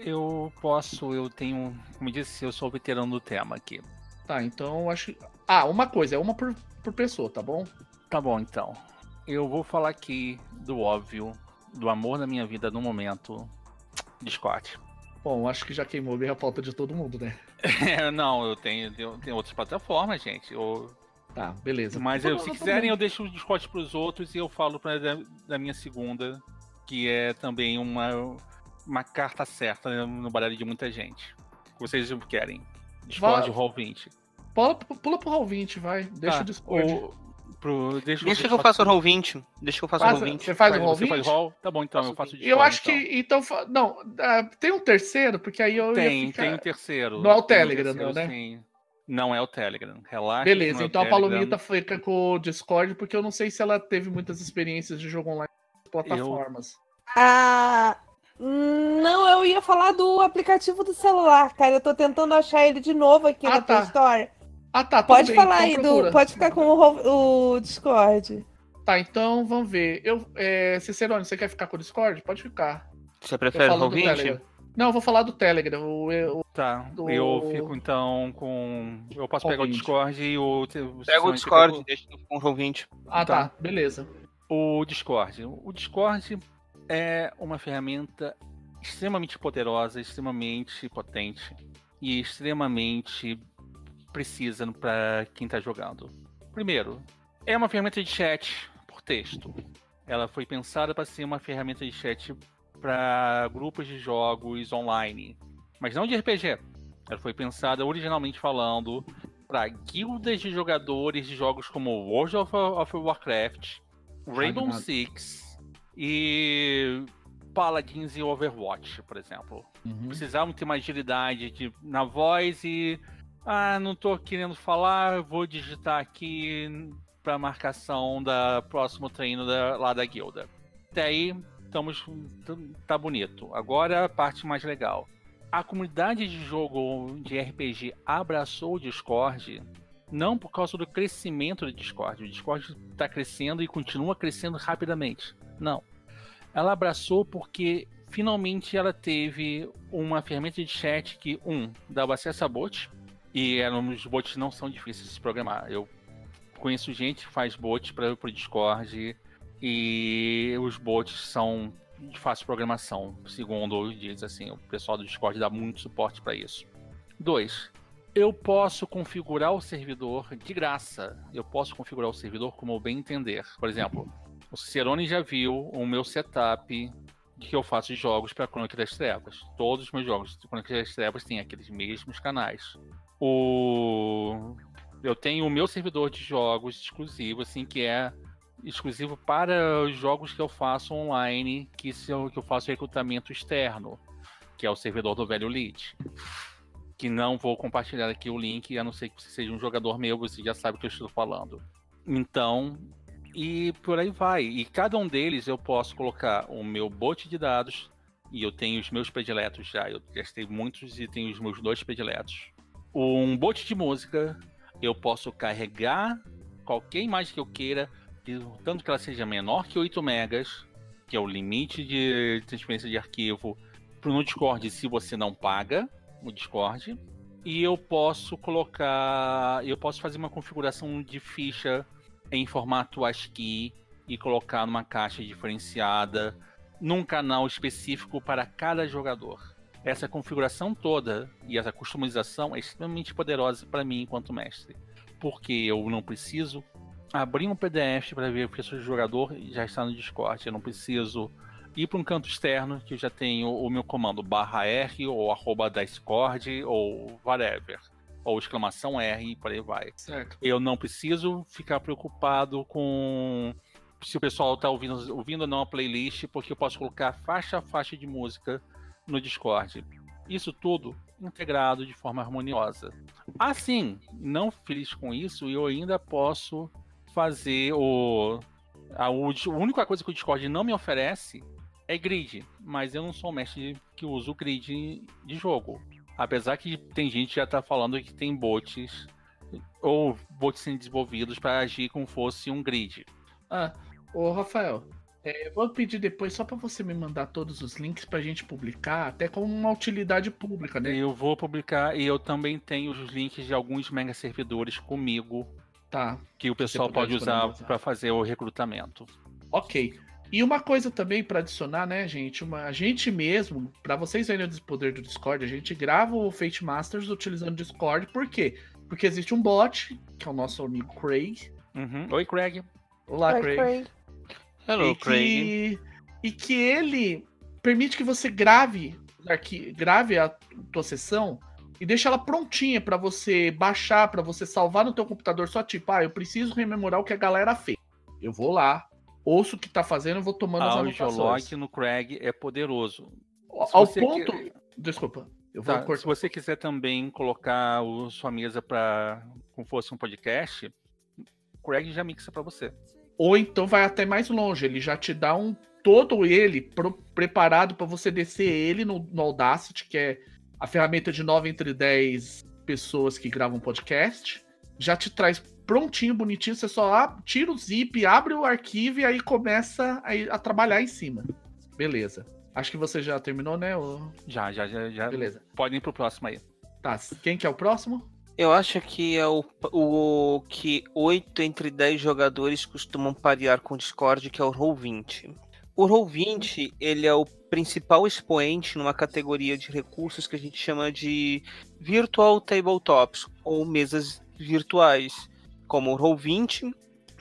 Eu posso, eu tenho, como eu disse, eu sou veterano do tema aqui. Tá, então acho. Ah, uma coisa, é uma por, por pessoa, tá bom? Tá bom, então. Eu vou falar aqui do óbvio, do amor da minha vida no momento, Discord. Bom, acho que já queimou bem a pauta de todo mundo, né? É, não, eu tenho, eu tenho outras plataformas, gente. Eu... Tá, beleza. Mas Tá eu, bom, se tá quiserem, bom. eu deixo o Discord pros outros e eu falo pra, da, da minha segunda, que é também uma, uma carta certa no baralho de muita gente. Que vocês querem. Discord Vai. Roll vinte. Pula, pula pro Roll vinte, vai. Deixa Tá, o Discord. o- pro- deixa Deixa o- que eu faço o roll vinte. Deixa que eu faço o Faz- roll vinte. Você faz o Roll Você faz vinte? roll? Tá bom, então Faço eu faço o vinte. Discord. Eu acho então. que. Então, fa- não, ah, tem um terceiro, porque aí eu Tem, ia ficar... tem um terceiro. Não é o Tem um Telegram, terceiro, não, né? sim. Não é o Telegram. Relaxa. Beleza, não é o então a Telegram. Palomita fica com o Discord, porque eu não sei se ela teve muitas experiências de jogo online nas plataformas. Ah, não, eu ia falar do aplicativo do celular, cara. Eu tô tentando achar ele de novo aqui Ah, na Play tá. Store. Ah, tá, tudo Pode bem, falar então aí procura. do. Pode ficar com o, Ro- o Discord. Tá, então vamos ver. Eu, é, Cicerone, você quer ficar com o Discord? Pode ficar. Você Eu prefere o falo roll do vinte? Telegram. Não, eu vou falar do Telegram. O, o- Tá, do- eu fico então com. Eu posso Roll pegar o vinte. Discord e o. Pega o Discord, deixa com o roll vinte. Ah, tá. Tá. Beleza. O Discord. O Discord é uma ferramenta extremamente poderosa, extremamente potente e extremamente precisa para quem está jogando. Primeiro, é uma ferramenta de chat por texto. Ela foi pensada para ser uma ferramenta de chat para grupos de jogos online, mas não de R P G. Ela foi pensada originalmente falando para guildas de jogadores de jogos como World of, of Warcraft, Rainbow Ragnarok. Six e Paladins e Overwatch, por exemplo. Uhum. Precisavam ter uma agilidade de, na voz e... Ah, não tô querendo falar, vou digitar aqui pra marcação da próximo treino da, lá da guilda. Até aí, estamos, tá bonito. Agora a parte mais legal. A comunidade de jogo de R P G abraçou o Discord, não por causa do crescimento do Discord. O Discord está crescendo e continua crescendo rapidamente. Não. Ela abraçou porque finalmente ela teve uma ferramenta de chat que, um, dava acesso a bot, e os bots não são difíceis de se programar. Eu conheço gente que faz bots para o Discord e os bots são de fácil programação, segundo diz assim, o pessoal do Discord dá muito suporte para isso. Dois, eu posso configurar o servidor de graça. Eu posso configurar o servidor como eu bem entender. Por exemplo, o Cicerone já viu o meu setup que eu faço de jogos para Crônica das Trevas. Todos os meus jogos de Crônica das Trevas têm aqueles mesmos canais. O... Eu tenho o meu servidor de jogos exclusivo, assim, que é exclusivo para os jogos que eu faço online, que, se eu, que eu faço recrutamento externo, que é o servidor do Velho Lead. Que não vou compartilhar aqui o link, a não ser que você seja um jogador meu, você já sabe o que eu estou falando. Então, e por aí vai. E cada um deles eu posso colocar o meu bot de dados, e eu tenho os meus prediletos já, eu gastei muitos e tenho os meus dois prediletos. Um bot de música, eu posso carregar qualquer imagem que eu queira, tanto que ela seja menor que oito megas, que é o limite de transferência de arquivo, para o Discord se você não paga o Discord. E eu posso colocar, eu posso fazer uma configuração de ficha em formato ASCII e colocar numa caixa diferenciada, num canal específico para cada jogador. Essa configuração toda e essa customização é extremamente poderosa para mim enquanto mestre, porque eu não preciso abrir um P D F para ver o que o jogador já está no Discord. Eu não preciso ir para um canto externo que eu já tenho o meu comando barra R ou arroba da Discord ou whatever, ou exclamação R e por aí vai. Certo. Eu não preciso ficar preocupado com se o pessoal está ouvindo, ouvindo ou não a playlist, porque eu posso colocar faixa a faixa de música no Discord. Isso tudo integrado de forma harmoniosa. Assim, não feliz com isso, eu ainda posso fazer o... A, a única coisa que o Discord não me oferece é grid, mas eu não sou um mestre que usa o grid de jogo. Apesar que tem gente que já está falando que tem bots ou bots sendo desenvolvidos para agir como fosse um grid. Ah, ô Rafael, é, eu vou pedir depois só para você me mandar todos os links para a gente publicar, até como uma utilidade pública, né? Eu vou publicar e eu também tenho os links de alguns mega servidores comigo, tá, que o pessoal pode usar para fazer o recrutamento. Ok. E uma coisa também para adicionar, né, gente? Uma, a gente mesmo, para vocês verem o poder do Discord, a gente grava o Fate Masters utilizando o Discord. Por quê? Porque existe um bot, que é o nosso amigo Craig. Uhum. Oi, Craig. Olá, Oi, Craig. Craig. Hello, e Craig. Que, e que ele permite que você grave, aqui, grave a tua sessão e deixa ela prontinha para você baixar, para você salvar no teu computador. Só tipo, ah, eu preciso rememorar o que a galera fez. Eu vou lá, ouço o que tá fazendo, eu vou tomando as anotações. O audiolog no Craig é poderoso. Se Ao ponto... Que... Desculpa, eu vou tá, cortar. Se você quiser também colocar o, sua mesa para como fosse um podcast, o Craig já mixa para você. Ou então vai até mais longe, ele já te dá um todo ele pro, preparado para você descer ele no, no Audacity, que é a ferramenta de nove entre dez pessoas que gravam podcast. Já te traz prontinho, bonitinho, você só ab- tira o zip, abre o arquivo e aí começa a, a trabalhar em cima. Beleza. Acho que você já terminou, né? Ou... Já, já, já, já. Beleza. Pode ir pro próximo aí. Tá, quem que é o próximo? Eu acho que é o, o que oito entre dez jogadores costumam parear com o Discord, que é o Roll vinte. O Roll vinte, ele é o principal expoente numa categoria de recursos que a gente chama de Virtual Tabletops, ou mesas virtuais, como o Roll vinte,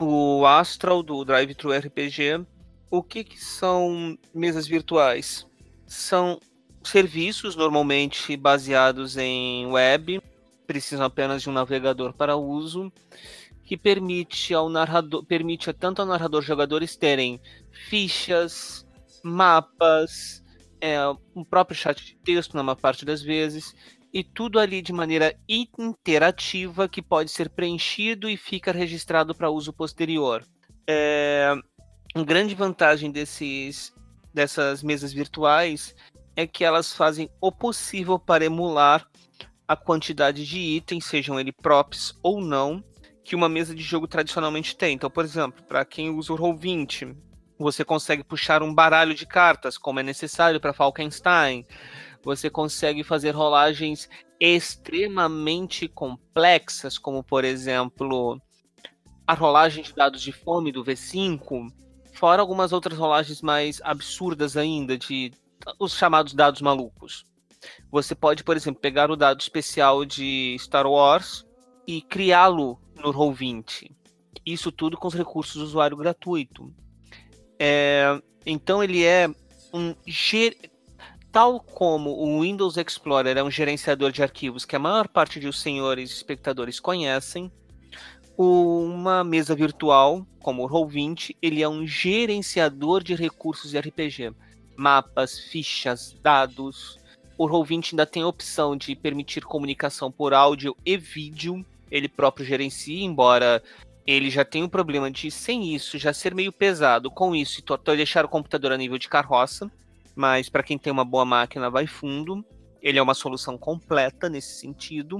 o Astral do Drive-Thru R P G. O que, que são mesas virtuais? São serviços normalmente baseados em web, precisam apenas de um navegador para uso, que permite ao narrador, permite tanto ao narrador jogadores terem fichas, mapas, é, um próprio chat de texto na maior parte das vezes, e tudo ali de maneira interativa que pode ser preenchido e fica registrado para uso posterior. É, uma grande vantagem desses, dessas mesas virtuais é que elas fazem o possível para emular a quantidade de itens, sejam eles props ou não, que uma mesa de jogo tradicionalmente tem. Então, por exemplo, para quem usa o Roll vinte, você consegue puxar um baralho de cartas, como é necessário para Falkenstein. Você consegue fazer rolagens extremamente complexas, como, por exemplo, a rolagem de dados de fome do V cinco, fora algumas outras rolagens mais absurdas ainda, de os chamados dados malucos. Você pode, por exemplo, pegar o dado especial de Star Wars e criá-lo no Roll vinte. Isso tudo com os recursos do usuário gratuito. É, então ele é um... Ger... Tal como o Windows Explorer é um gerenciador de arquivos que a maior parte dos senhores espectadores conhecem, uma mesa virtual, como o Roll vinte, ele é um gerenciador de recursos de R P G. Mapas, fichas, dados. O Roll vinte ainda tem a opção de permitir comunicação por áudio e vídeo. Ele próprio gerencia, embora ele já tenha o problema de, sem isso, já ser meio pesado. Com isso, e deixar o computador a nível de carroça. Mas para quem tem uma boa máquina, vai fundo. Ele é uma solução completa nesse sentido.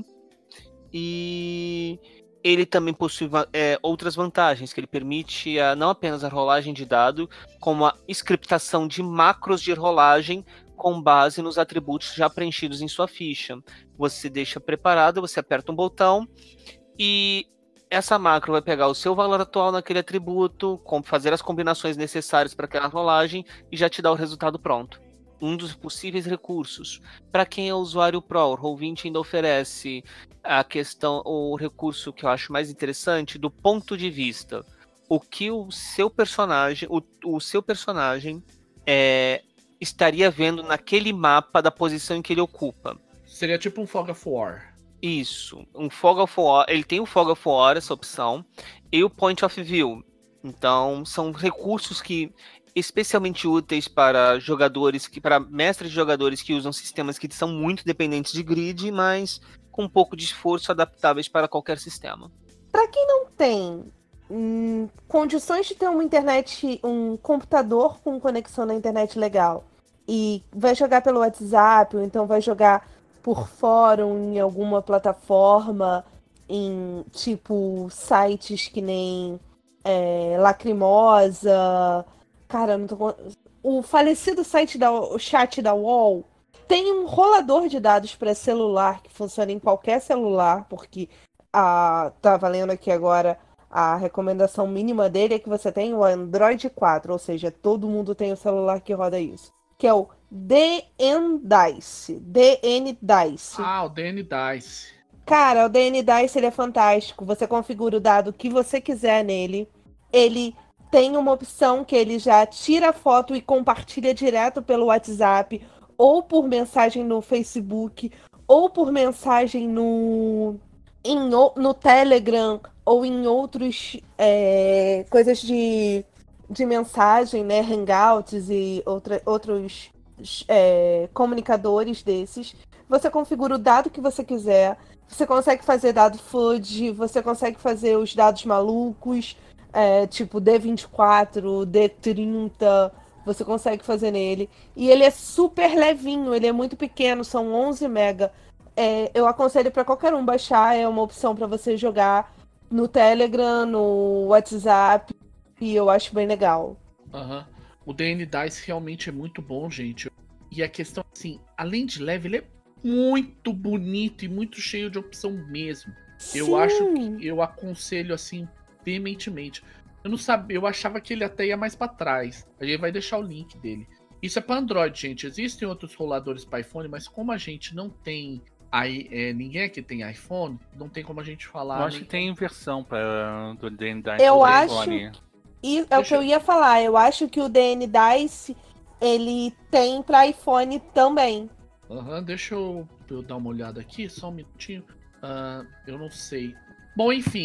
E ele também possui é, outras vantagens, que ele permite a, não apenas a rolagem de dado, como a scriptação de macros de rolagem com base nos atributos já preenchidos em sua ficha. Você deixa preparado, você aperta um botão e essa macro vai pegar o seu valor atual naquele atributo, fazer as combinações necessárias para aquela rolagem e já te dá o resultado pronto. Um dos possíveis recursos. Para quem é usuário Pro, o Roll vinte ainda oferece a questão, o recurso que eu acho mais interessante, do ponto de vista. O que o seu personagem, o, o seu personagem é, estaria vendo naquele mapa da posição em que ele ocupa. Seria tipo um Fog of War. Isso, um Fog of War, ele tem o Fog of War, essa opção, e o Point of View. Então, são recursos que especialmente úteis para jogadores, que, para mestres de jogadores que usam sistemas que são muito dependentes de grid, mas com um pouco de esforço adaptáveis para qualquer sistema. Para quem não tem hum, condições de ter uma internet, um computador com conexão na internet legal, e vai jogar pelo WhatsApp, ou então vai jogar por fórum em alguma plataforma, em tipo sites que nem é, Lacrimosa, cara, eu não tô... o falecido site da o chat da U O L tem um rolador de dados para celular que funciona em qualquer celular, porque a tava lendo aqui agora, a recomendação mínima dele é que você tenha o Android quatro, ou seja, todo mundo tem o celular que roda isso, que é o D N Dice. D N Dice. Ah, o D N Dice. Cara, o D N Dice ele é fantástico. Você configura o dado que você quiser nele. Ele tem uma opção que ele já tira a foto e compartilha direto pelo WhatsApp, ou por mensagem no Facebook, ou por mensagem no, em, no Telegram, ou em outros é, coisas de, de mensagem, né? Hangouts e outra, outros É, comunicadores desses. Você configura o dado que você quiser. Você consegue fazer dado F U D, você consegue fazer os dados malucos, é, tipo D vinte e quatro, D trinta, você consegue fazer nele. E ele é super levinho, ele é muito pequeno, são onze mega. É, eu aconselho para qualquer um baixar, é uma opção para você jogar no Telegram, no WhatsApp, e eu acho bem legal. Aham. Uhum. O D N Dice realmente é muito bom, gente. E a questão, assim, além de leve, ele é muito bonito e muito cheio de opção mesmo. Sim. Eu acho que eu aconselho, assim, veementemente. Eu não sabia, eu achava que ele até ia mais pra trás. A gente vai deixar o link dele. Isso é para Android, gente. Existem outros roladores para iPhone, mas como a gente não tem... Aí, é, ninguém aqui tem iPhone, não tem como a gente falar. Eu acho nem... que tem versão pra, do D N Dice. Eu do acho... iPhone. E é o que eu ia falar, eu acho que o D N Dice, ele tem para iPhone também. Aham, uhum, deixa eu, eu dar uma olhada aqui, só um minutinho. Uh, eu não sei. Bom, enfim,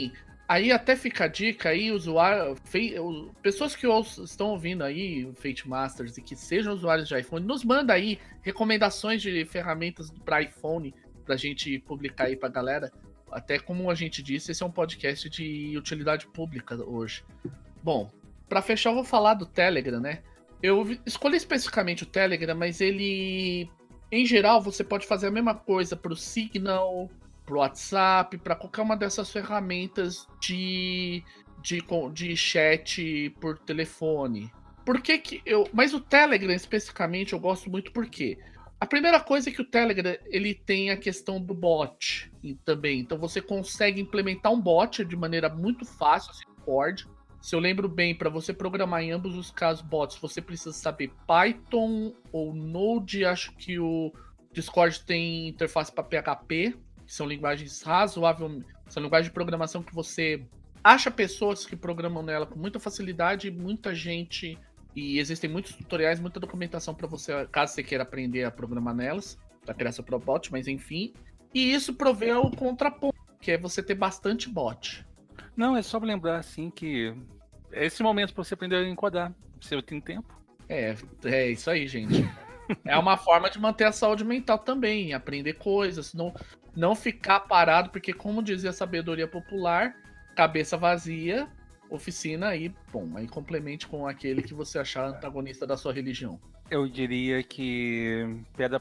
Aí até fica a dica aí, usuário, fe, pessoas que ouçam, estão ouvindo aí o Fate Masters e que sejam usuários de iPhone, nos manda aí recomendações de ferramentas para iPhone pra gente publicar aí pra galera. Até como a gente disse, esse é um podcast de utilidade pública hoje. Bom, pra fechar eu vou falar do Telegram, né? Eu escolhi especificamente o Telegram, mas ele, em geral, você pode fazer a mesma coisa pro Signal, pro WhatsApp, para qualquer uma dessas ferramentas de, de, de chat por telefone. Por que que eu... Mas o Telegram, especificamente, eu gosto muito porque... A primeira coisa é que o Telegram, ele tem a questão do bot também. Então você consegue implementar um bot de maneira muito fácil, assim, Discord. Se eu lembro bem, para você programar em ambos os casos bots, você precisa saber Python ou Node. Acho que o Discord tem interface para P H P. Que são linguagens razoáveis, são linguagens de programação que você acha pessoas que programam nela com muita facilidade, muita gente, e existem muitos tutoriais, muita documentação para você, caso você queira aprender a programar nelas, para criar seu próprio bot, mas enfim. E isso provê o contraponto, que é você ter bastante bot. Não, é só lembrar assim que é esse momento para você aprender a encodar, você tem tempo. É, é isso aí, gente. É uma forma de manter a saúde mental também, aprender coisas, não, não ficar parado, porque como dizia a sabedoria popular, cabeça vazia, oficina aí, bom, aí complemente com aquele que você achar antagonista da sua religião. Eu diria que pedra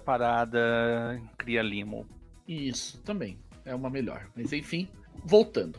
parada cria limo. Isso, também, é uma melhor. Mas enfim, voltando.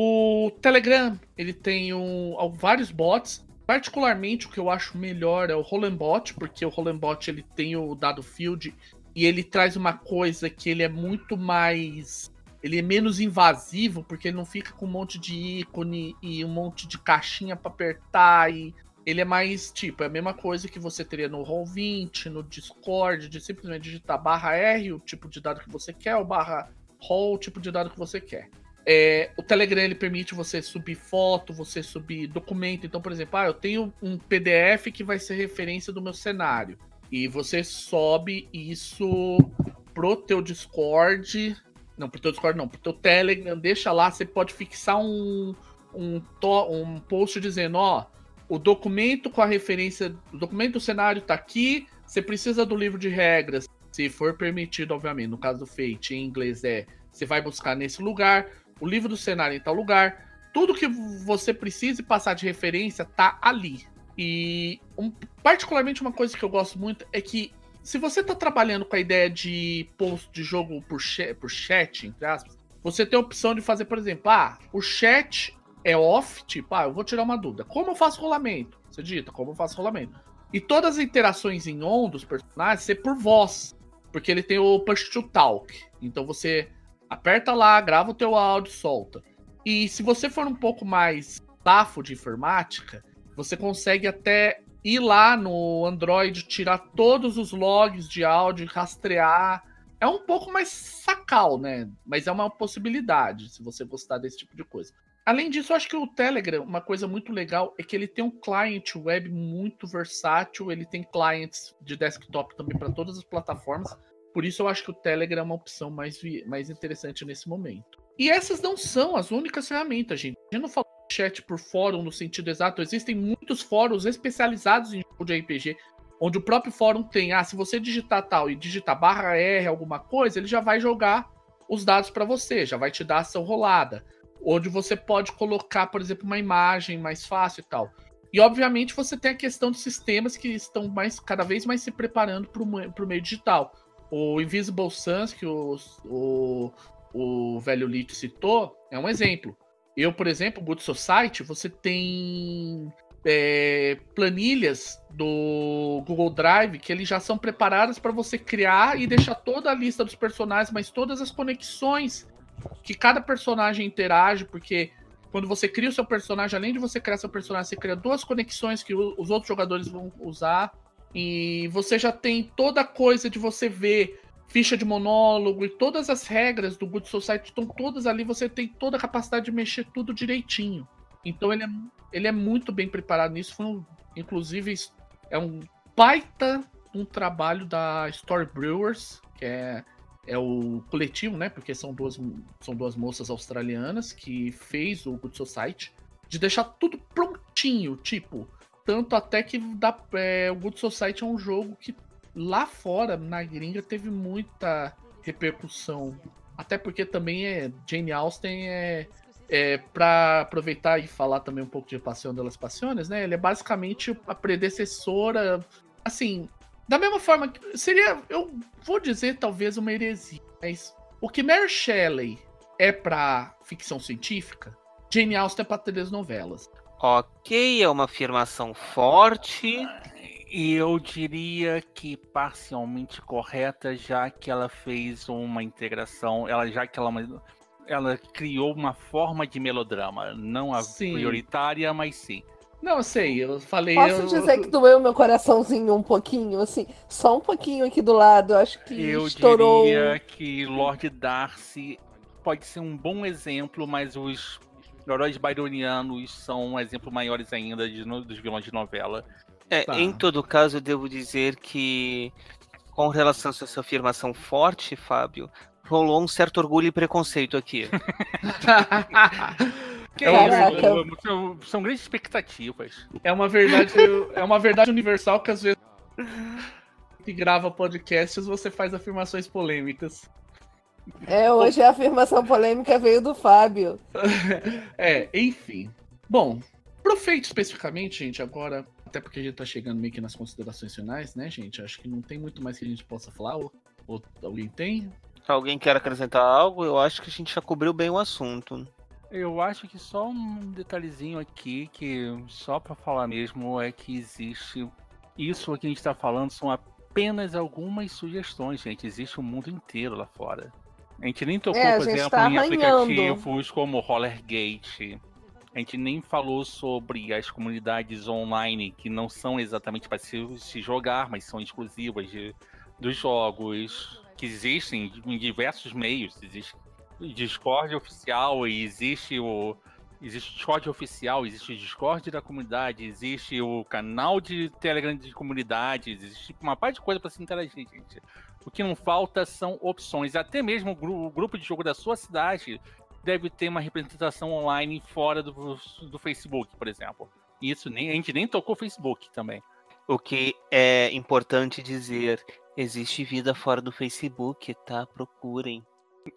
O Telegram, ele tem um, vários bots. Particularmente, o que eu acho melhor é o Rollembot, porque o Rollembot ele tem o dado field e ele traz uma coisa que ele é muito mais... Ele é menos invasivo, porque ele não fica com um monte de ícone e um monte de caixinha para apertar. E ele é mais, tipo, é a mesma coisa que você teria no roll vinte, no Discord, de simplesmente digitar barra R, o tipo de dado que você quer, ou barra roll, o tipo de dado que você quer. É, o Telegram ele permite você subir foto, você subir documento. Então, por exemplo, ah, eu tenho um P D F que vai ser referência do meu cenário. E você sobe isso pro teu Discord. Não, pro teu Discord não, pro teu Telegram. Deixa lá, você pode fixar um, um, to, um post dizendo, ó, o documento com a referência, o documento do cenário tá aqui, você precisa do livro de regras. Se for permitido, obviamente, no caso do Fate, em inglês é, você vai buscar nesse lugar. O livro do cenário em tal lugar, tudo que você precise passar de referência tá ali. E um, particularmente uma coisa que eu gosto muito é que se você tá trabalhando com a ideia de post de jogo por chat, por chat, entre aspas, você tem a opção de fazer, por exemplo, ah, o chat é off, tipo, ah, eu vou tirar uma dúvida. Como eu faço rolamento? Você digita, como eu faço rolamento? E todas as interações em on dos personagens é por voz, porque ele tem o push to talk. Então você aperta lá, grava o teu áudio, solta. E se você for um pouco mais safo de informática, você consegue até ir lá no Android, tirar todos os logs de áudio, rastrear. É um pouco mais sacal, né? Mas é uma possibilidade, se você gostar desse tipo de coisa. Além disso, eu acho que o Telegram, uma coisa muito legal, é que ele tem um client web muito versátil, ele tem clients de desktop também para todas as plataformas. Por isso eu acho que o Telegram é uma opção mais, mais interessante nesse momento. E essas não são as únicas ferramentas, gente. A gente não falou de chat por fórum no sentido exato. Existem muitos fóruns especializados em jogo de R P G, onde o próprio fórum tem, ah, se você digitar tal e digitar barra R alguma coisa, ele já vai jogar os dados para você, já vai te dar ação rolada. Onde você pode colocar, por exemplo, uma imagem mais fácil e tal. E, obviamente, você tem a questão de sistemas que estão mais, cada vez mais se preparando para o meio digital. O Invisible Suns, que o, o, o velho Lito citou, é um exemplo. Eu, por exemplo, o Good Society, você tem é, planilhas do Google Drive que eles já são preparadas para você criar e deixar toda a lista dos personagens, mas todas as conexões que cada personagem interage, porque quando você cria o seu personagem, além de você criar seu personagem, você cria duas conexões que os outros jogadores vão usar. E você já tem toda a coisa de você ver ficha de monólogo e todas as regras do Good Society estão todas ali. Você tem toda a capacidade de mexer tudo direitinho. Então ele é, ele é muito bem preparado nisso. Foi um, inclusive, é um baita um trabalho da Story Brewers, que é é o coletivo, né? Porque são duas, são duas moças australianas que fez o Good Society, de deixar tudo prontinho, tipo, tanto até que dá, é, o Good Society é um jogo que lá fora, na gringa, teve muita repercussão. Até porque também é Jane Austen é, é para aproveitar e falar também um pouco de Passion de las Passiones, né? Ele é basicamente a predecessora, assim, da mesma forma que seria, eu vou dizer talvez uma heresia, mas o que Mary Shelley é pra ficção científica, Jane Austen é pra telenovelas. Ok, é uma afirmação forte. E eu diria que parcialmente correta, já que ela fez uma integração, ela já que ela, ela criou uma forma de melodrama, não a Sim. prioritária, mas sim. Não, eu sei, eu falei... Posso eu... dizer que doeu meu coraçãozinho um pouquinho, assim, só um pouquinho aqui do lado, acho que Eu estourou... diria que Lord Darcy pode ser um bom exemplo, mas os heróis byronianos são um exemplo maiores ainda de, dos vilões de novela. É, Tá. Em todo caso, eu devo dizer que, com relação a essa afirmação forte, Fábio, rolou um certo orgulho e preconceito aqui. Que Caraca. isso? São, são grandes expectativas. É uma verdade, é uma verdade universal que às vezes que grava podcasts você faz afirmações polêmicas. É, hoje a afirmação polêmica veio do Fábio. É, enfim. Bom, pro Fate especificamente, gente, agora, até porque a gente tá chegando meio que nas considerações finais, né, gente? Acho que não tem muito mais que a gente possa falar. Ou, ou alguém tem? Alguém quer acrescentar algo? Eu acho que a gente já cobriu bem o assunto. Eu acho que só um detalhezinho aqui, que só pra falar mesmo, é que existe... Isso que a gente tá falando são apenas algumas sugestões, gente. Existe o mundo inteiro lá fora. A gente nem tocou, É, a por gente exemplo, tá em arranhando. aplicativos como Rollergate. A gente nem falou sobre as comunidades online, que não são exatamente para se, se jogar, mas são exclusivas de, dos jogos, que existem em diversos meios. Existe Discord oficial, e existe o existe o Discord oficial, existe o Discord da comunidade, existe o canal de Telegram de comunidades, existe uma parte de coisa para se interagir, gente. O que não falta são opções. Até mesmo o, gru- o grupo de jogo da sua cidade deve ter uma representação online fora do, do Facebook, por exemplo. Isso nem, a gente nem tocou o Facebook também. O que é importante dizer, existe vida fora do Facebook, tá? Procurem.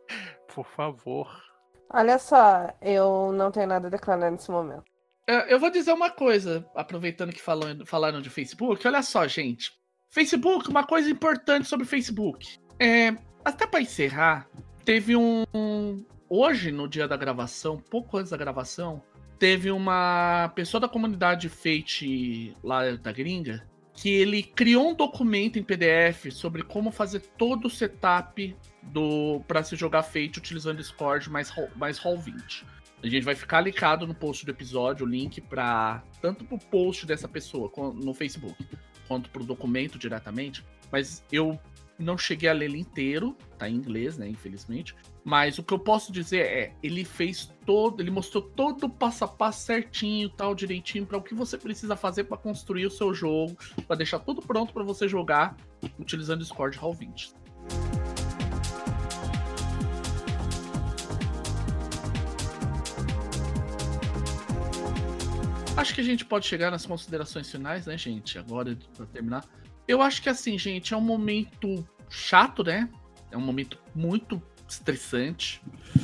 Por favor. Olha só, eu não tenho nada a declarar nesse momento. É, eu vou dizer uma coisa, aproveitando que falando, falaram de Facebook. Olha só, gente. Facebook, uma coisa importante sobre Facebook. É, até para encerrar, teve um... Hoje, no dia da gravação, pouco antes da gravação, teve uma pessoa da comunidade Fate lá da gringa, que ele criou um documento em P D F sobre como fazer todo o setup do para se jogar Fate utilizando Discord mais, mais Roll vinte. A gente vai ficar linkado no post do episódio o link para tanto pro post dessa pessoa no Facebook, quanto pro documento diretamente, mas eu não cheguei a ler ele inteiro, tá em inglês, né, infelizmente. Mas o que eu posso dizer é, ele fez todo, ele mostrou todo o passo a passo certinho, tal, direitinho, para o que você precisa fazer para construir o seu jogo, para deixar tudo pronto para você jogar utilizando o Discord Roll vinte. Acho que a gente pode chegar nas considerações finais, né, gente? Agora, para terminar. Eu acho que assim, gente, é um momento chato, né? É um momento muito estressante.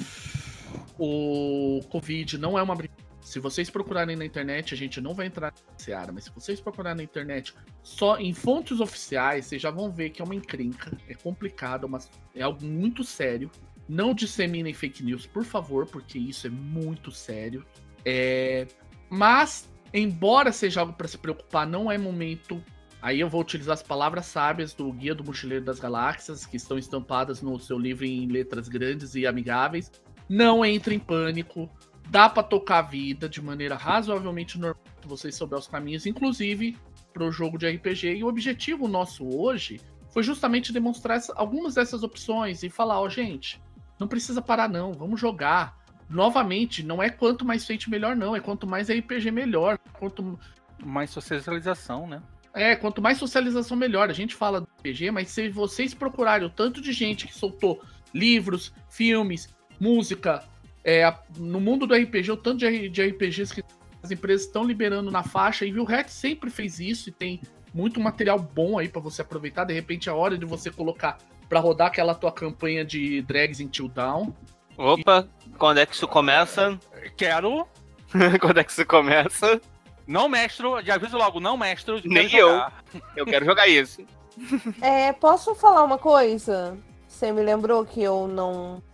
O Covid não é uma brincadeira. Se vocês procurarem na internet, a gente não vai entrar nessa área, mas se vocês procurarem na internet só em fontes oficiais, vocês já vão ver que é uma encrenca, é complicado, mas é algo muito sério. Não disseminem fake news, por favor, porque isso é muito sério. É... Mas, embora seja algo para se preocupar, não é momento. Aí eu vou utilizar as palavras sábias do Guia do Mochileiro das Galáxias, que estão estampadas no seu livro em letras grandes e amigáveis. Não entre em pânico. Dá pra tocar a vida de maneira razoavelmente normal, se vocês souberem os caminhos, inclusive pro jogo de R P G. E o objetivo nosso hoje foi justamente demonstrar essa, algumas dessas opções e falar, ó, gente, não precisa parar não, vamos jogar. Novamente, não é quanto mais Fate melhor não, é quanto mais R P G melhor. Quanto Mais socialização, né? É, quanto mais socialização melhor. A gente fala R P G, mas se vocês procurarem o tanto de gente que soltou livros, filmes, música, é, no mundo do R P G, o tanto de, de R P Gs que as empresas estão liberando na faixa, e o Red sempre fez isso, e tem muito material bom aí pra você aproveitar. De repente é a hora de você colocar pra rodar aquela tua campanha de Drags Until Dawn. Opa, quando é que isso começa? Quero. Quando é que isso começa? Não mestro, já aviso logo, não mestro. Nem eu. Eu quero jogar isso. É, posso falar uma coisa? Você me lembrou que eu não...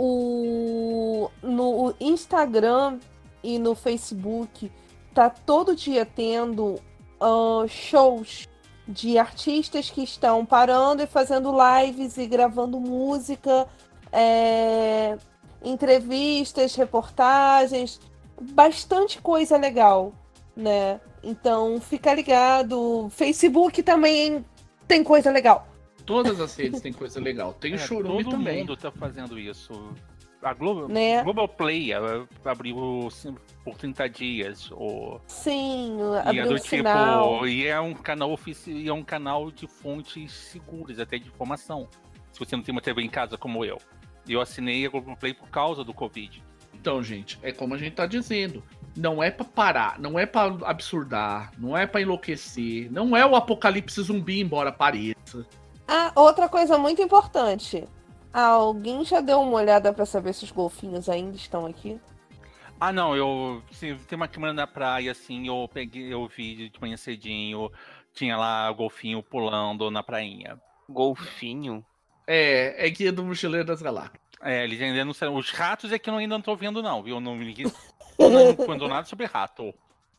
O... No Instagram e no Facebook tá todo dia tendo uh, shows de artistas que estão parando e fazendo lives e gravando música, é... entrevistas, reportagens, bastante coisa legal, né? Então fica ligado. Facebook também tem coisa legal. Todas as redes tem coisa legal. Tem o É, Chorume todo também. mundo tá fazendo isso. A Globo, Né? Global Play abriu por trinta dias. O, Sim, e é abriu do um sinal. tipo. E é um canal oficial, é um canal de fontes seguras, até de informação. Se você não tem uma T V em casa como eu. Eu assinei a Global Play por causa do Covid. Então, gente, é como a gente tá dizendo. Não é pra parar, não é pra absurdar, não é pra enlouquecer, não é o apocalipse zumbi, embora pareça. Ah, outra coisa muito importante. Alguém já deu uma olhada pra saber se os golfinhos ainda estão aqui? Ah, não, eu. Se tem uma câmera na praia, assim, eu peguei, eu vi de manhã cedinho, tinha lá o golfinho pulando na prainha. Golfinho? É, é Guia do Mochileiro das Galáxias. É, eles ainda não saíram. Os ratos é que eu ainda não tô vendo, não, viu? Não, ninguém não falando nada sobre rato.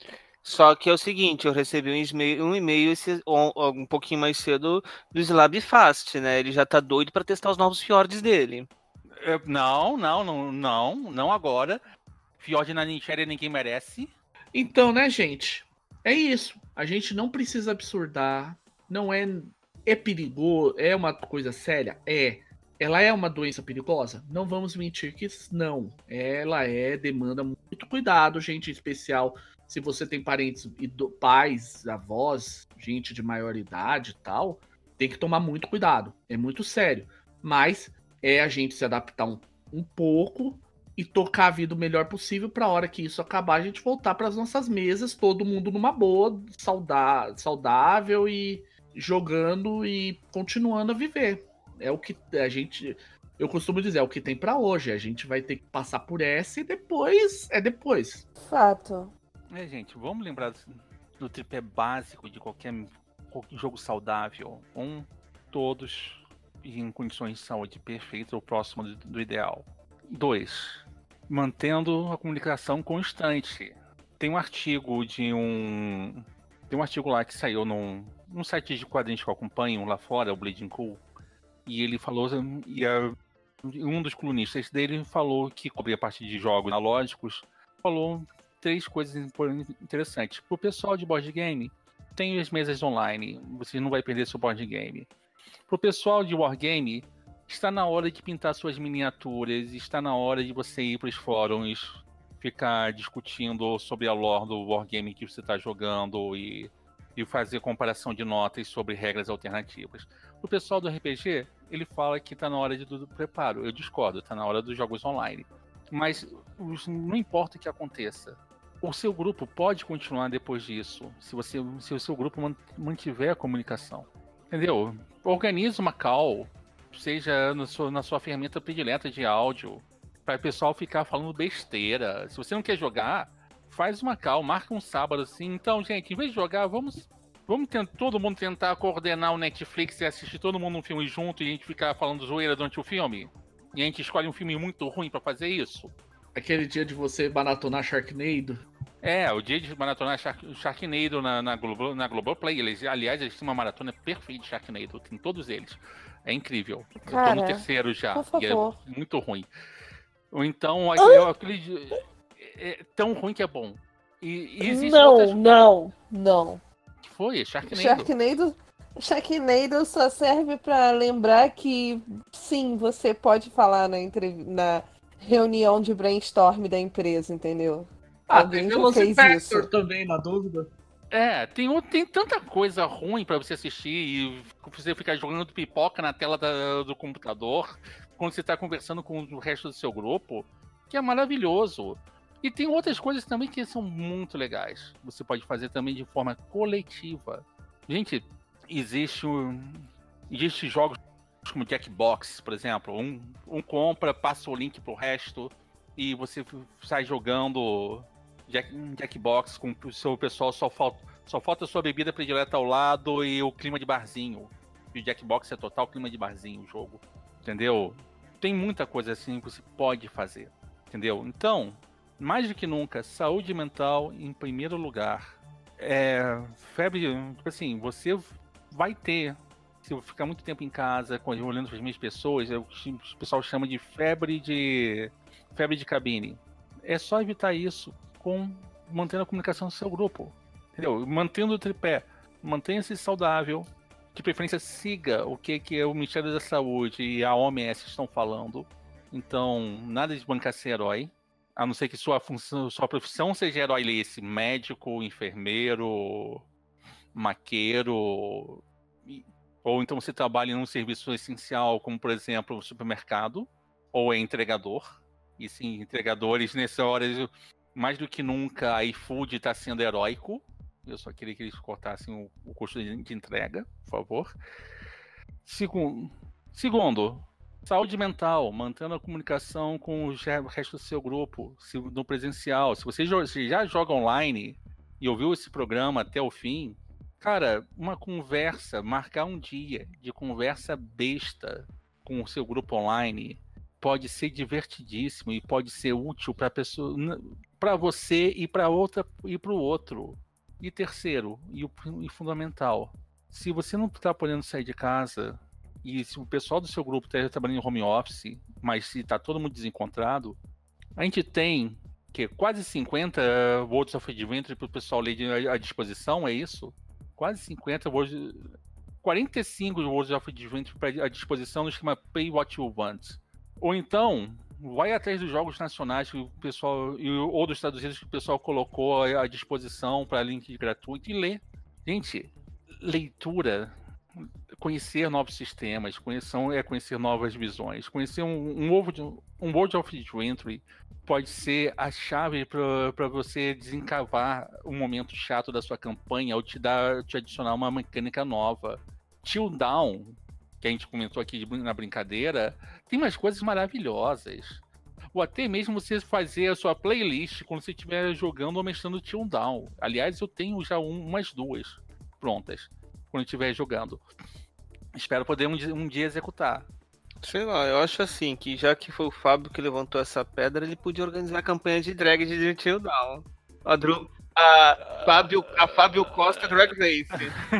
Só que é o seguinte, eu recebi um e-mail, um e-mail esse, um, um pouquinho mais cedo do Slab Fast, né? Ele já tá doido pra testar os novos fiordes dele. É, não, não, não, não, não agora. Fiord na Nigéria ninguém merece. Então, né, gente? É isso. A gente não precisa absurdar. Não é. É perigoso. É uma coisa séria? É. Ela é uma doença perigosa? Não vamos mentir que não. Ela é, demanda muito cuidado, gente, em especial se você tem parentes, pais, avós, gente de maior idade e tal, tem que tomar muito cuidado. É muito sério. Mas é a gente se adaptar um, um pouco e tocar a vida o melhor possível para a hora que isso acabar, a gente voltar para as nossas mesas, todo mundo numa boa, sauda- saudável e jogando e continuando a viver. É o que a gente... Eu costumo dizer, é o que tem para hoje. A gente vai ter que passar por essa e depois... É depois. Fato. É, gente, vamos lembrar do tripé básico de qualquer, qualquer jogo saudável. Um, todos em condições de saúde perfeitas ou próximo do, do ideal. Dois, mantendo a comunicação constante. Tem um artigo de um... Tem um artigo lá que saiu num, num site de quadrinhos que eu acompanho lá fora, o Bleeding Cool. E ele falou... E a, um dos colunistas dele falou que cobre a parte de jogos analógicos. Falou... três coisas interessantes. Pro pessoal de board game, tem as mesas online, você não vai perder seu board game. Pro pessoal de wargame, está na hora de pintar suas miniaturas, está na hora de você ir para os fóruns, ficar discutindo sobre a lore do wargame que você está jogando e, e fazer comparação de notas sobre regras alternativas. Pro pessoal do R P G, ele fala que está na hora de, do, do preparo. Eu discordo, está na hora dos jogos online. Mas não importa o que aconteça, o seu grupo pode continuar depois disso, se, você, se o seu grupo mantiver a comunicação. Entendeu? Organize uma call, seja na sua, na sua ferramenta predileta de áudio, para o pessoal ficar falando besteira. Se você não quer jogar, faz uma call, marca um sábado assim. Então, gente, em vez de jogar, vamos, vamos tentar, todo mundo tentar coordenar o Netflix e assistir todo mundo um filme junto e a gente ficar falando zoeira durante o filme. E a gente escolhe um filme muito ruim pra fazer isso. Aquele dia de você maratonar Sharknado. É, o dia de maratonar Shark, Sharknado na, na, Global, na Global Play. Eles, aliás, eles têm uma maratona perfeita de Sharknado. Tem todos eles. É incrível. Cara, eu tô no terceiro já. por favor. E é muito ruim. Ou então, aquele, aquele, é tão ruim que é bom. E, e existe não, outras... não, não. que foi? Sharknado. Sharknado, Sharknado só serve pra lembrar que, sim, você pode falar na, entrev... na reunião de brainstorm da empresa, entendeu? Ah, Alguém tem já Velocipastor fez isso. também, na dúvida. É, tem, outro- tem tanta coisa ruim pra você assistir e você ficar jogando pipoca na tela da- do computador quando você tá conversando com o resto do seu grupo, que é maravilhoso. E tem outras coisas também que são muito legais. Você pode fazer também de forma coletiva. Gente, existe um, existe jogos como Jackbox, por exemplo. Um, um compra, passa o link pro resto e você sai jogando Jack, Jackbox com o seu pessoal, só falta, só falta a sua bebida predileta ao lado e o clima de barzinho. E o Jackbox é total clima de barzinho o jogo. Entendeu? Tem muita coisa assim que você pode fazer. Entendeu? Então, mais do que nunca, saúde mental em primeiro lugar. É, febre, tipo assim, você vai ter, se eu ficar muito tempo em casa, olhando para as minhas pessoas, eu, o pessoal chama de febre de febre de cabine. É só evitar isso com mantendo a comunicação do seu grupo, entendeu? Mantendo o tripé, mantenha-se saudável, de preferência siga o que, que o Ministério da Saúde e a O M S estão falando. Então, nada de bancar ser herói. A não ser que sua função, sua profissão seja herói-lesse, médico, enfermeiro, maqueiro, ou então você trabalha em um serviço essencial, como por exemplo, supermercado, ou é entregador. E sim, entregadores nessa hora, mais do que nunca, a iFood está sendo heróico. Eu só queria que eles cortassem o, o custo de, de entrega, por favor. Segundo, segundo saúde mental, mantendo a comunicação com o resto do seu grupo, se, no presencial. Se você, se já joga online e ouviu esse programa até o fim, cara, uma conversa, marcar um dia de conversa besta com o seu grupo online pode ser divertidíssimo e pode ser útil para pessoa, para você e para outra e para o outro. E terceiro, e, o, e fundamental, se você não está podendo sair de casa e se o pessoal do seu grupo está trabalhando em home office, mas se está todo mundo desencontrado, a gente tem que quase cinquenta Worlds of Adventure para o pessoal ler à disposição, é isso? Quase cinquenta Worlds, quarenta e cinco Worlds of Adventure à disposição no esquema Pay What You Want. Ou então, vai atrás dos jogos nacionais que o pessoal, ou dos Estados Unidos que o pessoal colocou à disposição para link gratuito e lê. Gente, leitura, conhecer novos sistemas, conhecer, é conhecer novas visões, conhecer um, um, um World of Adventure pode ser a chave para você desencavar um momento chato da sua campanha ou te, dar, te adicionar uma mecânica nova. Till Down, que a gente comentou aqui na brincadeira, tem umas coisas maravilhosas. Ou até mesmo você fazer a sua playlist quando você estiver jogando ou mestrando Till Down. Aliás, eu tenho já um, umas duas prontas quando estiver jogando. Espero poder um, um dia executar. Sei lá, eu acho assim, que já que foi o Fábio que levantou essa pedra, ele podia organizar a campanha de drag de Till Down. A, Dru... a, Fábio... a Fábio Costa Drag Race.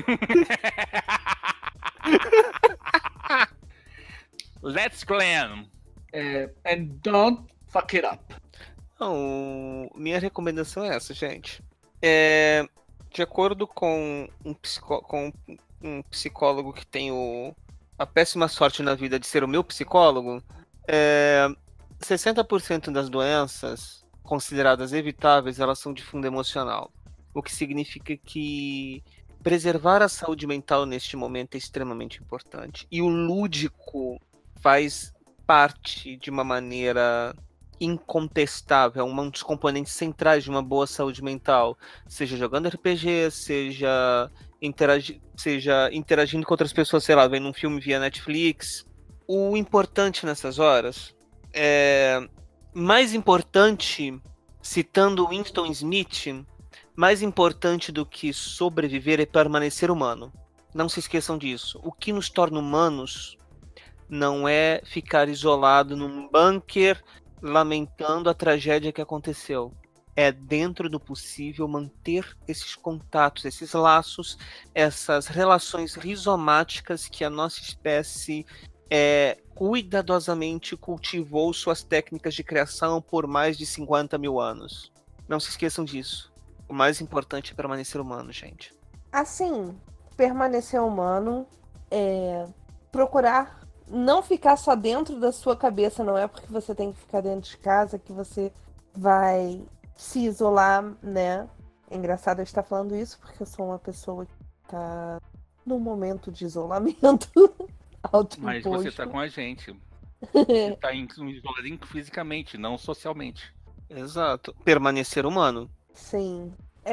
Let's Glam. É, and don't fuck it up. Não, minha recomendação é essa, gente. É, de acordo com um, psicó... com um psicólogo que tem o... a péssima sorte na vida de ser o meu psicólogo, é... sessenta por cento das doenças consideradas evitáveis, elas são de fundo emocional. O que significa que preservar a saúde mental neste momento é extremamente importante. E o lúdico faz parte de uma maneira incontestável, um dos componentes centrais de uma boa saúde mental. Seja jogando R P G, seja, interagi- seja interagindo com outras pessoas, sei lá, vendo um filme via Netflix. O importante nessas horas é... mais importante, citando Winston Smith, mais importante do que sobreviver é permanecer humano. Não se esqueçam disso. O que nos torna humanos não é ficar isolado num bunker lamentando a tragédia que aconteceu. É, dentro do possível, manter esses contatos, esses laços, essas relações rizomáticas que a nossa espécie é, cuidadosamente cultivou suas técnicas de criação por mais de cinquenta mil anos. Não se esqueçam disso. O mais importante é permanecer humano, gente. Assim, permanecer humano, é procurar não ficar só dentro da sua cabeça. Não é porque você tem que ficar dentro de casa que você vai se isolar, né? É engraçado eu estar falando isso porque eu sou uma pessoa que tá num momento de isolamento autoimposto. Mas você tá com a gente. Você tá em- isolado fisicamente, não socialmente. Exato. Permanecer humano. Sim.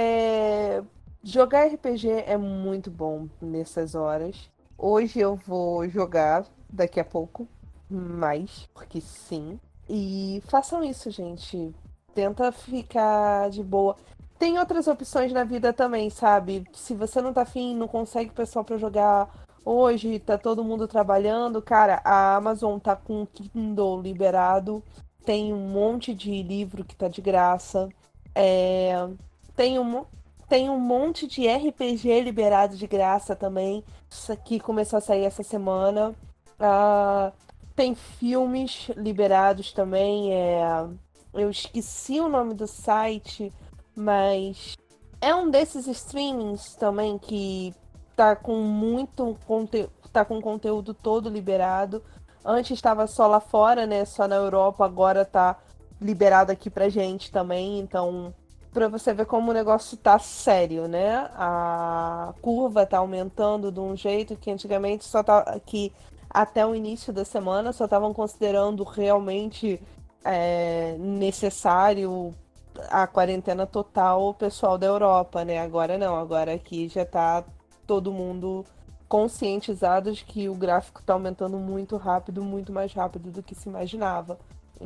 É, Jogar R P G é muito bom nessas horas. Hoje eu vou jogar daqui a pouco, mais, porque sim. E façam isso, gente. Tenta ficar de boa. Tem outras opções na vida também, sabe? Se você não tá afim, não consegue pessoal pra jogar hoje, tá todo mundo trabalhando, cara, a Amazon tá com o Kindle liberado. Tem um monte de livro que tá de graça. É, Tem um, mo- tem um monte de R P G liberado de graça também. Isso aqui começou a sair essa semana. Ah, tem filmes liberados também. É... Eu esqueci o nome do site, mas é um desses streamings também que tá com muito conteúdo, tá com o conteúdo todo liberado. Antes estava só lá fora, né? Só na Europa, agora tá liberado aqui pra gente também. Então, pra você ver como o negócio tá sério, né? A curva tá aumentando de um jeito que antigamente só tá que até o início da semana só estavam considerando realmente é, necessário a quarentena total o pessoal da Europa, né? Agora não, agora aqui já tá todo mundo conscientizado de que o gráfico tá aumentando muito rápido, muito mais rápido do que se imaginava.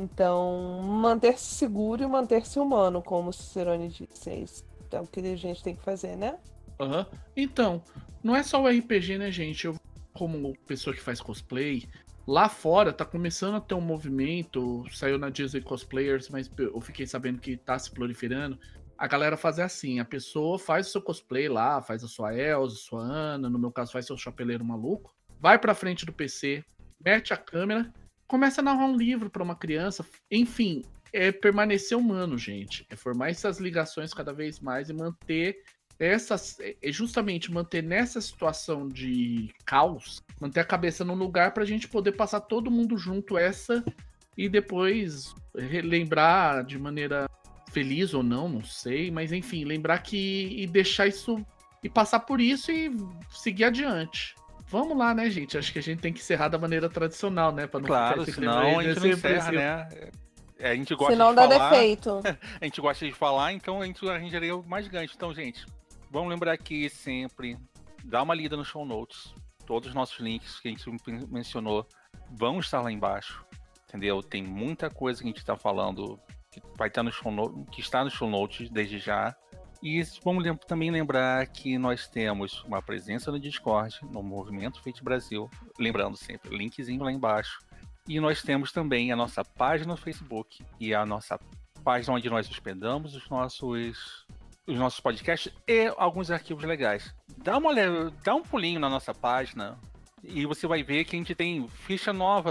Então, manter-se seguro e manter-se humano, como o Cicerone disse. É isso é o que a gente tem que fazer, né? Aham. Então, não é só o R P G, né, gente? Eu, como pessoa que faz cosplay, lá fora tá começando a ter um movimento, saiu na Disney Cosplayers, mas eu fiquei sabendo que tá se proliferando. A galera fazer assim, a pessoa faz o seu cosplay lá, faz a sua Elsa, a sua Ana, no meu caso faz seu chapeleiro maluco, vai pra frente do P C, mete a câmera, começa a narrar um livro pra uma criança, enfim, é permanecer humano, gente. É formar essas ligações cada vez mais e manter essas, é justamente manter nessa situação de caos, manter a cabeça no lugar pra gente poder passar todo mundo junto essa e depois relembrar de maneira feliz ou não, não sei, mas enfim, lembrar que e deixar isso e passar por isso e seguir adiante. Vamos lá, né, gente? Acho que a gente tem que encerrar da maneira tradicional, né? Pra não Claro, ficar esse senão clima a aí, gente não sempre encerra, assim. né? A gente gosta Se não de dá falar, defeito. a gente gosta de falar, então a gente arranjaria mais gancho. Então, gente, vamos lembrar aqui sempre, dá uma lida no show notes. Todos os nossos links que a gente mencionou vão estar lá embaixo, entendeu? Tem muita coisa que a gente está falando que vai estar no show notes, que está no show notes desde já. E vamos lem- também lembrar que nós temos uma presença no Discord, no Movimento Fate Brasil. Lembrando sempre, linkzinho lá embaixo. E nós temos também a nossa página no Facebook e a nossa página onde nós hospedamos os nossos, os nossos podcasts e alguns arquivos legais. Dá uma olhada, dá um pulinho na nossa página e você vai ver que a gente tem ficha nova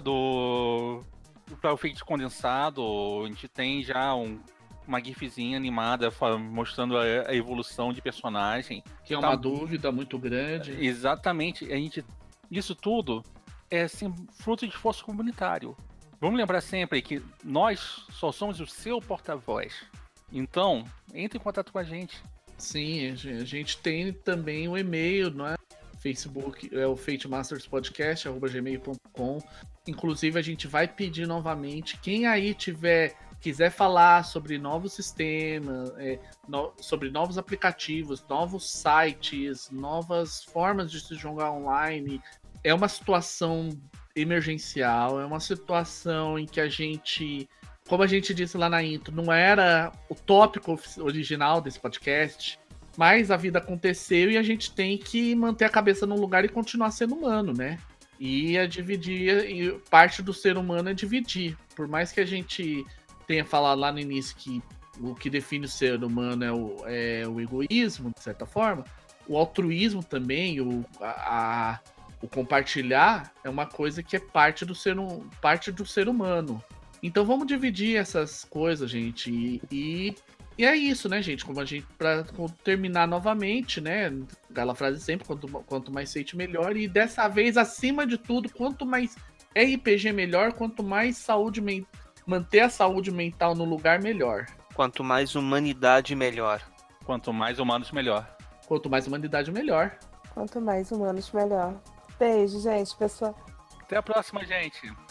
do para o Fate condensado. A gente tem já um, uma gifzinha animada fa- mostrando a, a evolução de personagem. Que é Tá- uma dúvida muito grande. Exatamente. A gente, isso tudo é assim, fruto de esforço comunitário. Vamos lembrar sempre que nós só somos o seu porta-voz. Então, entre em contato com a gente. Sim, a gen- a gente tem também o e-mail, não é? Facebook, é o fatemasterspodcast, arroba gmail ponto com. Inclusive, a gente vai pedir novamente, quem aí tiver, quiser falar sobre novos sistemas, é, no- sobre novos aplicativos, novos sites, novas formas de se jogar online, é uma situação emergencial, é uma situação em que a gente, como a gente disse lá na intro, não era o tópico ofi- original desse podcast, mas a vida aconteceu e a gente tem que manter a cabeça no lugar e continuar sendo humano, né? E a dividir, e parte do ser humano é dividir. Por mais que a gente tenha falado lá no início que o que define o ser humano é o, é o egoísmo, de certa forma, o altruísmo também, o, a, a- o compartilhar é uma coisa que é parte do ser, hum- parte do ser humano. Então vamos dividir essas coisas, gente. E, e, e é isso, né, gente? Como a gente, pra terminar novamente, né? Aquela frase sempre, quanto, quanto mais Fate melhor. E dessa vez, acima de tudo, quanto mais R P G melhor, quanto mais saúde mental. Manter a saúde mental no lugar melhor. Quanto mais humanidade, melhor. Quanto mais humanos, melhor. Quanto mais humanidade, melhor. Quanto mais humanos, melhor. Beijo, gente, pessoal. Até a próxima, gente.